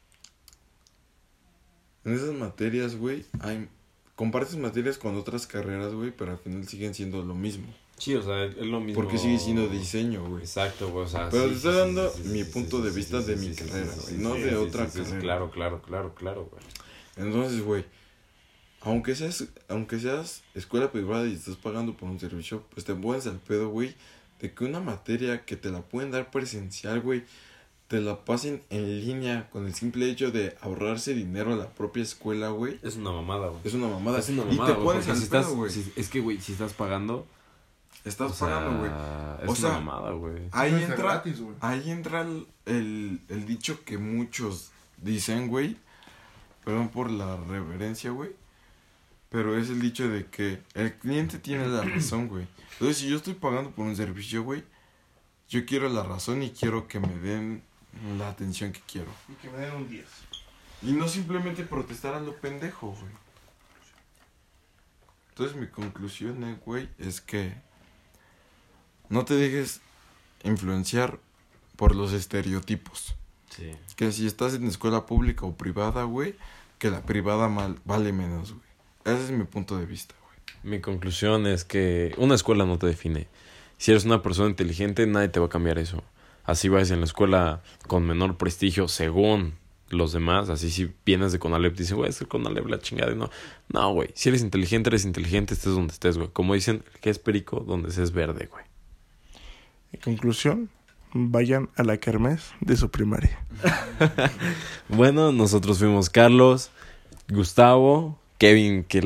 En esas materias, güey, hay... Compartes materias con otras carreras, güey, pero al final siguen siendo lo mismo. Sí, o sea, es lo mismo. Porque sigue siendo diseño, güey. Exacto, güey, o sea. Pero sí, te estoy sí, dando sí, sí, mi sí, punto sí, de sí, vista sí, de sí, mi sí, carrera, sí, güey, sí, no sí, de sí, otra sí, sí, carrera. Claro, claro, claro, claro, güey. Entonces, güey, aunque seas, aunque seas escuela privada y estás pagando por un servicio, pues te pones al pedo, güey, de que una materia que te la pueden dar presencial, güey, te la pasen en línea con el simple hecho de ahorrarse dinero a la propia escuela, güey. Es una mamada, güey. Es una mamada. Es una y mamada, te güey, pones porque al si pedo, estás, güey. si- es que, güey, si estás pagando, Estás o sea, pagando, güey. es O sea, una mamada, güey. Ahí No está entra, gratis, güey. ahí entra el, el, el dicho que muchos dicen, güey. Perdón por la reverencia, güey. Pero es el dicho de que el cliente tiene la razón, güey. Entonces, si yo estoy pagando por un servicio, güey, yo quiero la razón y quiero que me den la atención que quiero. Y que me den un diez. Y no simplemente protestar a lo pendejo, güey. Entonces, mi conclusión, eh, güey, es que no te dejes influenciar por los estereotipos. Sí. Que si estás en escuela pública o privada, güey, que la privada mal, vale menos, güey. Ese es mi punto de vista, güey. Mi conclusión es que una escuela no te define. Si eres una persona inteligente, nadie te va a cambiar eso. Así vayas en la escuela con menor prestigio según los demás. Así si vienes de Conalep, te dicen, güey, es el Conalep la chingada. Y no, no, güey. Si eres inteligente, eres inteligente, estés donde estés, güey. Como dicen, que es perico donde se es verde, güey. En conclusión, vayan a la kermés de su primaria. Bueno, nosotros fuimos Carlos, Gustavo, Kevin, que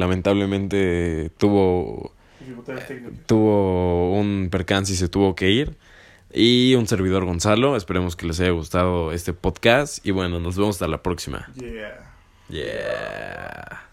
lamentablemente tuvo... tuvo un percance y se tuvo que ir. Y un servidor Gonzalo. Esperemos que les haya gustado este podcast. Y bueno, nos vemos hasta la próxima. Yeah. Yeah.